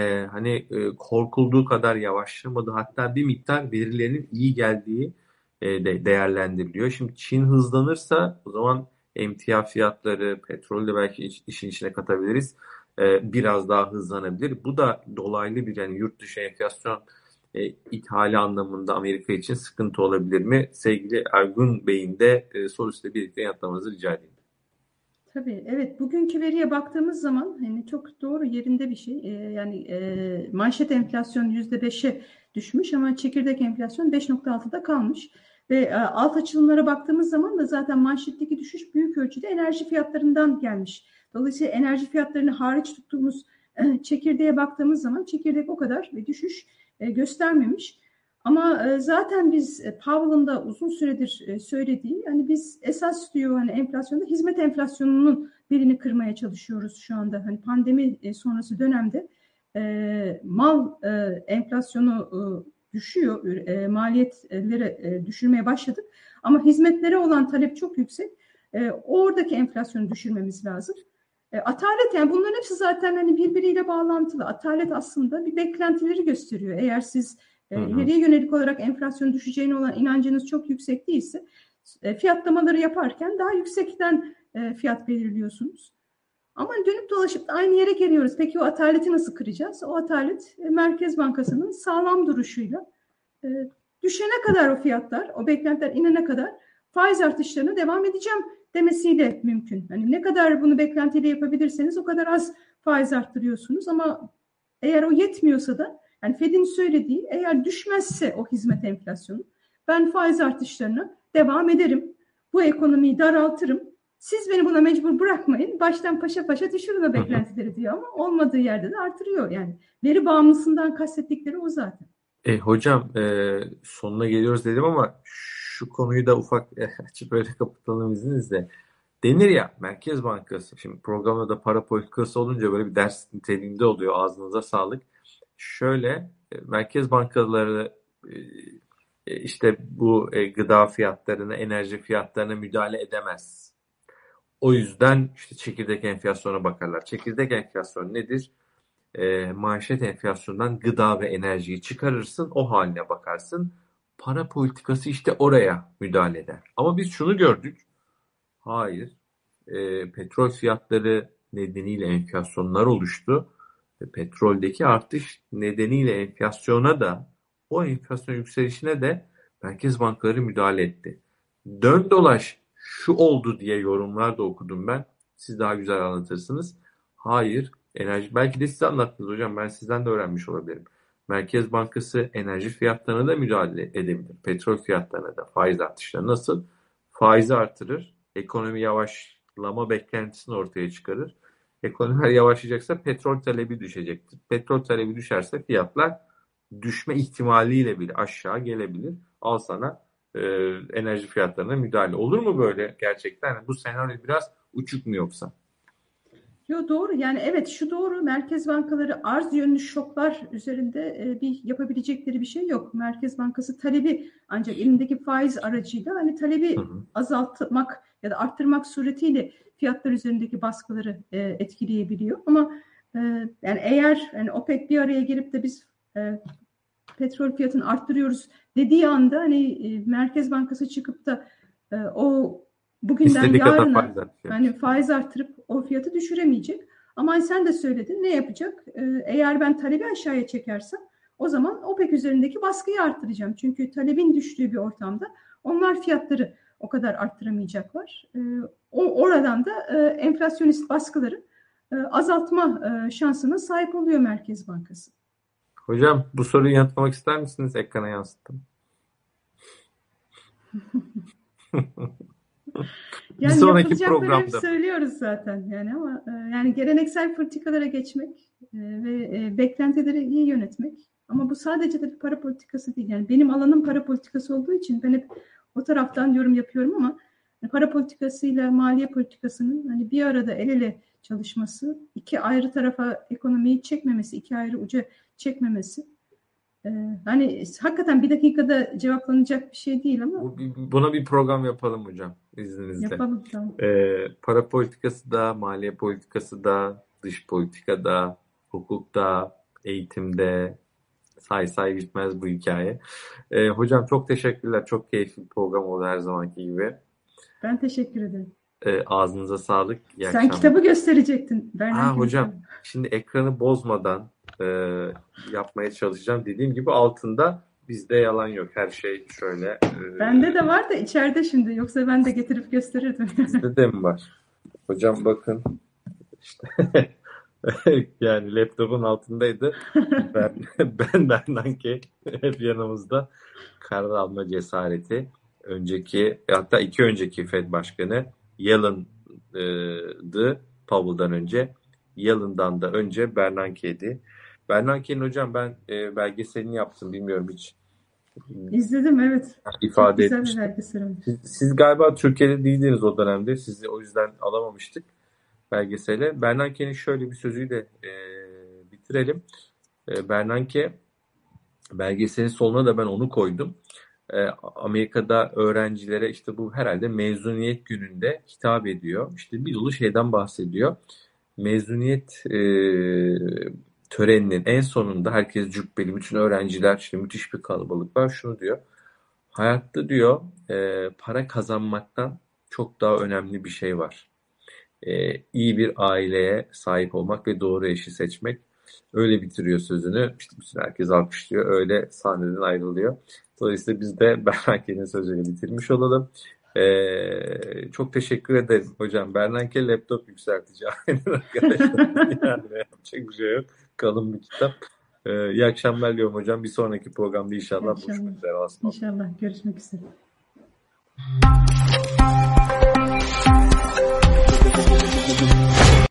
korkulduğu kadar yavaşlamadı. Hatta bir miktar verilerinin iyi geldiği de değerlendiriliyor. Şimdi Çin hızlanırsa o zaman emtia fiyatları, petrolü de belki işin içine katabiliriz. Biraz daha hızlanabilir. Bu da dolaylı bir yani yurt dışı enflasyon ithali anlamında Amerika için sıkıntı olabilir mi? Sevgili Ergun Bey'in de sorusuyla birlikte yanıtlamanızı rica edeyim. Tabii, evet. Bugünkü veriye baktığımız zaman hani çok doğru yerinde bir şey. Manşet enflasyon %5'e düşmüş ama çekirdek enflasyon 5,6'da kalmış. Ve alt açılımlara baktığımız zaman da zaten manşetteki düşüş büyük ölçüde enerji fiyatlarından gelmiş. Dolayısıyla enerji fiyatlarını hariç tuttuğumuz çekirdeğe baktığımız zaman çekirdek o kadar bir düşüş göstermemiş. Ama zaten biz Powell'ın da uzun süredir söylediği hani biz esas diyor hani enflasyonda hizmet enflasyonunun belini kırmaya çalışıyoruz şu anda. Hani pandemi sonrası dönemde mal enflasyonu düşüyor, maliyetleri düşürmeye başladık. Ama hizmetlere olan talep çok yüksek. Oradaki enflasyonu düşürmemiz lazım. Atalet yani bunların hepsi zaten hani birbiriyle bağlantılı. Atalet aslında bir beklentileri gösteriyor. Eğer siz ileriye yönelik olarak enflasyon düşeceğine olan inancınız çok yüksek değilse fiyatlamaları yaparken daha yüksekten fiyat belirliyorsunuz. Ama dönüp dolaşıp aynı yere geliyoruz. Peki o ataleti nasıl kıracağız? O atalet Merkez Bankası'nın sağlam duruşuyla düşene kadar o fiyatlar, o beklentiler inene kadar faiz artışlarına devam edeceğim demesiyle mümkün. Hani ne kadar bunu beklentiyle yapabilirseniz o kadar az faiz arttırıyorsunuz ama eğer o yetmiyorsa da yani Fed'in söylediği eğer düşmezse o hizmet enflasyonu ben faiz artışlarına devam ederim. Bu ekonomiyi daraltırım. Siz beni buna mecbur bırakmayın. Baştan paşa paşa düşürün o beklentileri diyor ama olmadığı yerde de artırıyor. Yani veri bağımlısından kastettikleri o zaten. Hocam sonuna geliyoruz dedim ama şu konuyu da ufak açıp böyle kapatalım izninizle. Denir ya Merkez Bankası, şimdi programda da para politikası olunca böyle bir ders niteliğinde oluyor, ağzınıza sağlık. Şöyle merkez bankaları işte bu gıda fiyatlarına, enerji fiyatlarına müdahale edemez. O yüzden işte çekirdek enflasyona bakarlar. Çekirdek enflasyon nedir? Manşet enflasyondan gıda ve enerjiyi çıkarırsın, o haline bakarsın. Para politikası işte oraya müdahale eder. Ama biz şunu gördük. Hayır. Petrol fiyatları nedeniyle enflasyonlar oluştu. Ve petroldeki artış nedeniyle enflasyona da, o enflasyon yükselişine de merkez bankaları müdahale etti. Dön dolaş şu oldu diye yorumlar da okudum ben. Siz daha güzel anlatırsınız. Hayır. Enerji, belki de siz anlattınız hocam. Ben sizden de öğrenmiş olabilirim. Merkez Bankası enerji fiyatlarına da müdahale edebilir. Petrol fiyatlarına da, faiz artışlarına. Nasıl? Faizi artırır. Ekonomi yavaşlama beklentisini ortaya çıkarır. Ekonomiler yavaşlayacaksa petrol talebi düşecektir. Petrol talebi düşerse fiyatlar düşme ihtimaliyle bile aşağı gelebilir. Al sana enerji fiyatlarına müdahale. Olur mu böyle gerçekten? Bu senaryo biraz uçuk mu yoksa? Yo, doğru. Yani evet, şu doğru. Merkez bankaları arz yönlü şoklar üzerinde bir yapabilecekleri bir şey yok. Merkez Bankası talebi, ancak elindeki faiz aracıyla hani talebi azaltmak ya da arttırmak suretiyle fiyatlar üzerindeki baskıları etkileyebiliyor. Ama yani eğer hani OPEC bir araya gelip de biz petrol fiyatını arttırıyoruz dediği anda hani Merkez Bankası çıkıp da o bugünden İstediği kadar yarına faiz artıyor. yani faiz arttırıp o fiyatı düşüremeyecek. Ama sen de söyledin, ne yapacak? Eğer ben talebi aşağıya çekersem o zaman OPEC üzerindeki baskıyı arttıracağım. Çünkü talebin düştüğü bir ortamda onlar fiyatları o kadar arttıramayacaklar. Oradan da enflasyonist baskıları azaltma şansına sahip oluyor Merkez Bankası. Hocam bu soruyu yanıtlamak ister misiniz? Ekrana yansıttım. Yani bir sonraki yapılacakları hep programda söylüyoruz zaten yani, ama yani geleneksel politikalara geçmek ve beklentileri iyi yönetmek, ama bu sadece de bir para politikası değil. Yani benim alanım para politikası olduğu için ben hep o taraftan yorum yapıyorum, ama para politikasıyla maliye politikasının hani bir arada el ele çalışması, iki ayrı tarafa ekonomiyi çekmemesi, iki ayrı uca çekmemesi, hani hakikaten bir dakikada cevaplanacak bir şey değil, ama buna bir program yapalım hocam izninizle. yapalım, tamam. Para politikası da, maliye politikası da, dış politikada, hukukta, eğitimde, say bitmez bu hikaye. Hocam çok teşekkürler. Çok keyifli bir program oldu her zamanki gibi. Ben teşekkür ederim. Ağzınıza sağlık. İyi Sen akşamlar. kitabı gösterecektin. Hocam şimdi ekranı bozmadan yapmaya çalışacağım. Dediğim gibi altında bizde yalan yok. Her şey şöyle. Bende de var da içeride şimdi. Yoksa ben de getirip gösterirdim. Bizde de mi var? Hocam bakın. İşte yani laptopun altındaydı. Ben Bernanke hep yanımızda. Karar alma cesareti. Hatta iki önceki Fed Başkanı Yellen'dı. Powell'dan önce. Yellen'dan da önce Bernanke'ydi. Bernanke'nin hocam ben belgeselini yaptım. Bilmiyorum hiç. İzledim, evet. İfade Çok güzel etmiştim. bir belgesel. Siz galiba Türkiye'de değildiniz o dönemde. Sizi o yüzden alamamıştık belgesele. Bernanke'nin şöyle bir sözüyle bitirelim. Bernanke belgeselin sonuna da ben onu koydum. Amerika'da öğrencilere işte bu herhalde mezuniyet gününde hitap ediyor. İşte bir dolu şeyden bahsediyor. Mezuniyet töreninin en sonunda herkes cübbeli, bütün öğrenciler, işte müthiş bir kalabalık var. Şunu diyor. Hayatta diyor para kazanmaktan çok daha önemli bir şey var. İyi bir aileye sahip olmak ve doğru eşi seçmek. Öyle bitiriyor sözünü. İşte bütün herkes alkışlıyor. Öyle sahneden ayrılıyor. Dolayısıyla biz de Bernanke'nin sözüyle bitirmiş olalım. Çok teşekkür ederim hocam. Bernanke laptop yükseltici. Aynen arkadaşlar. Yani yapacak bir şey yok. Kalın bir kitap. İyi akşamlar diliyorum hocam. Bir sonraki programda inşallah buluşmak üzere. İnşallah görüşmek üzere.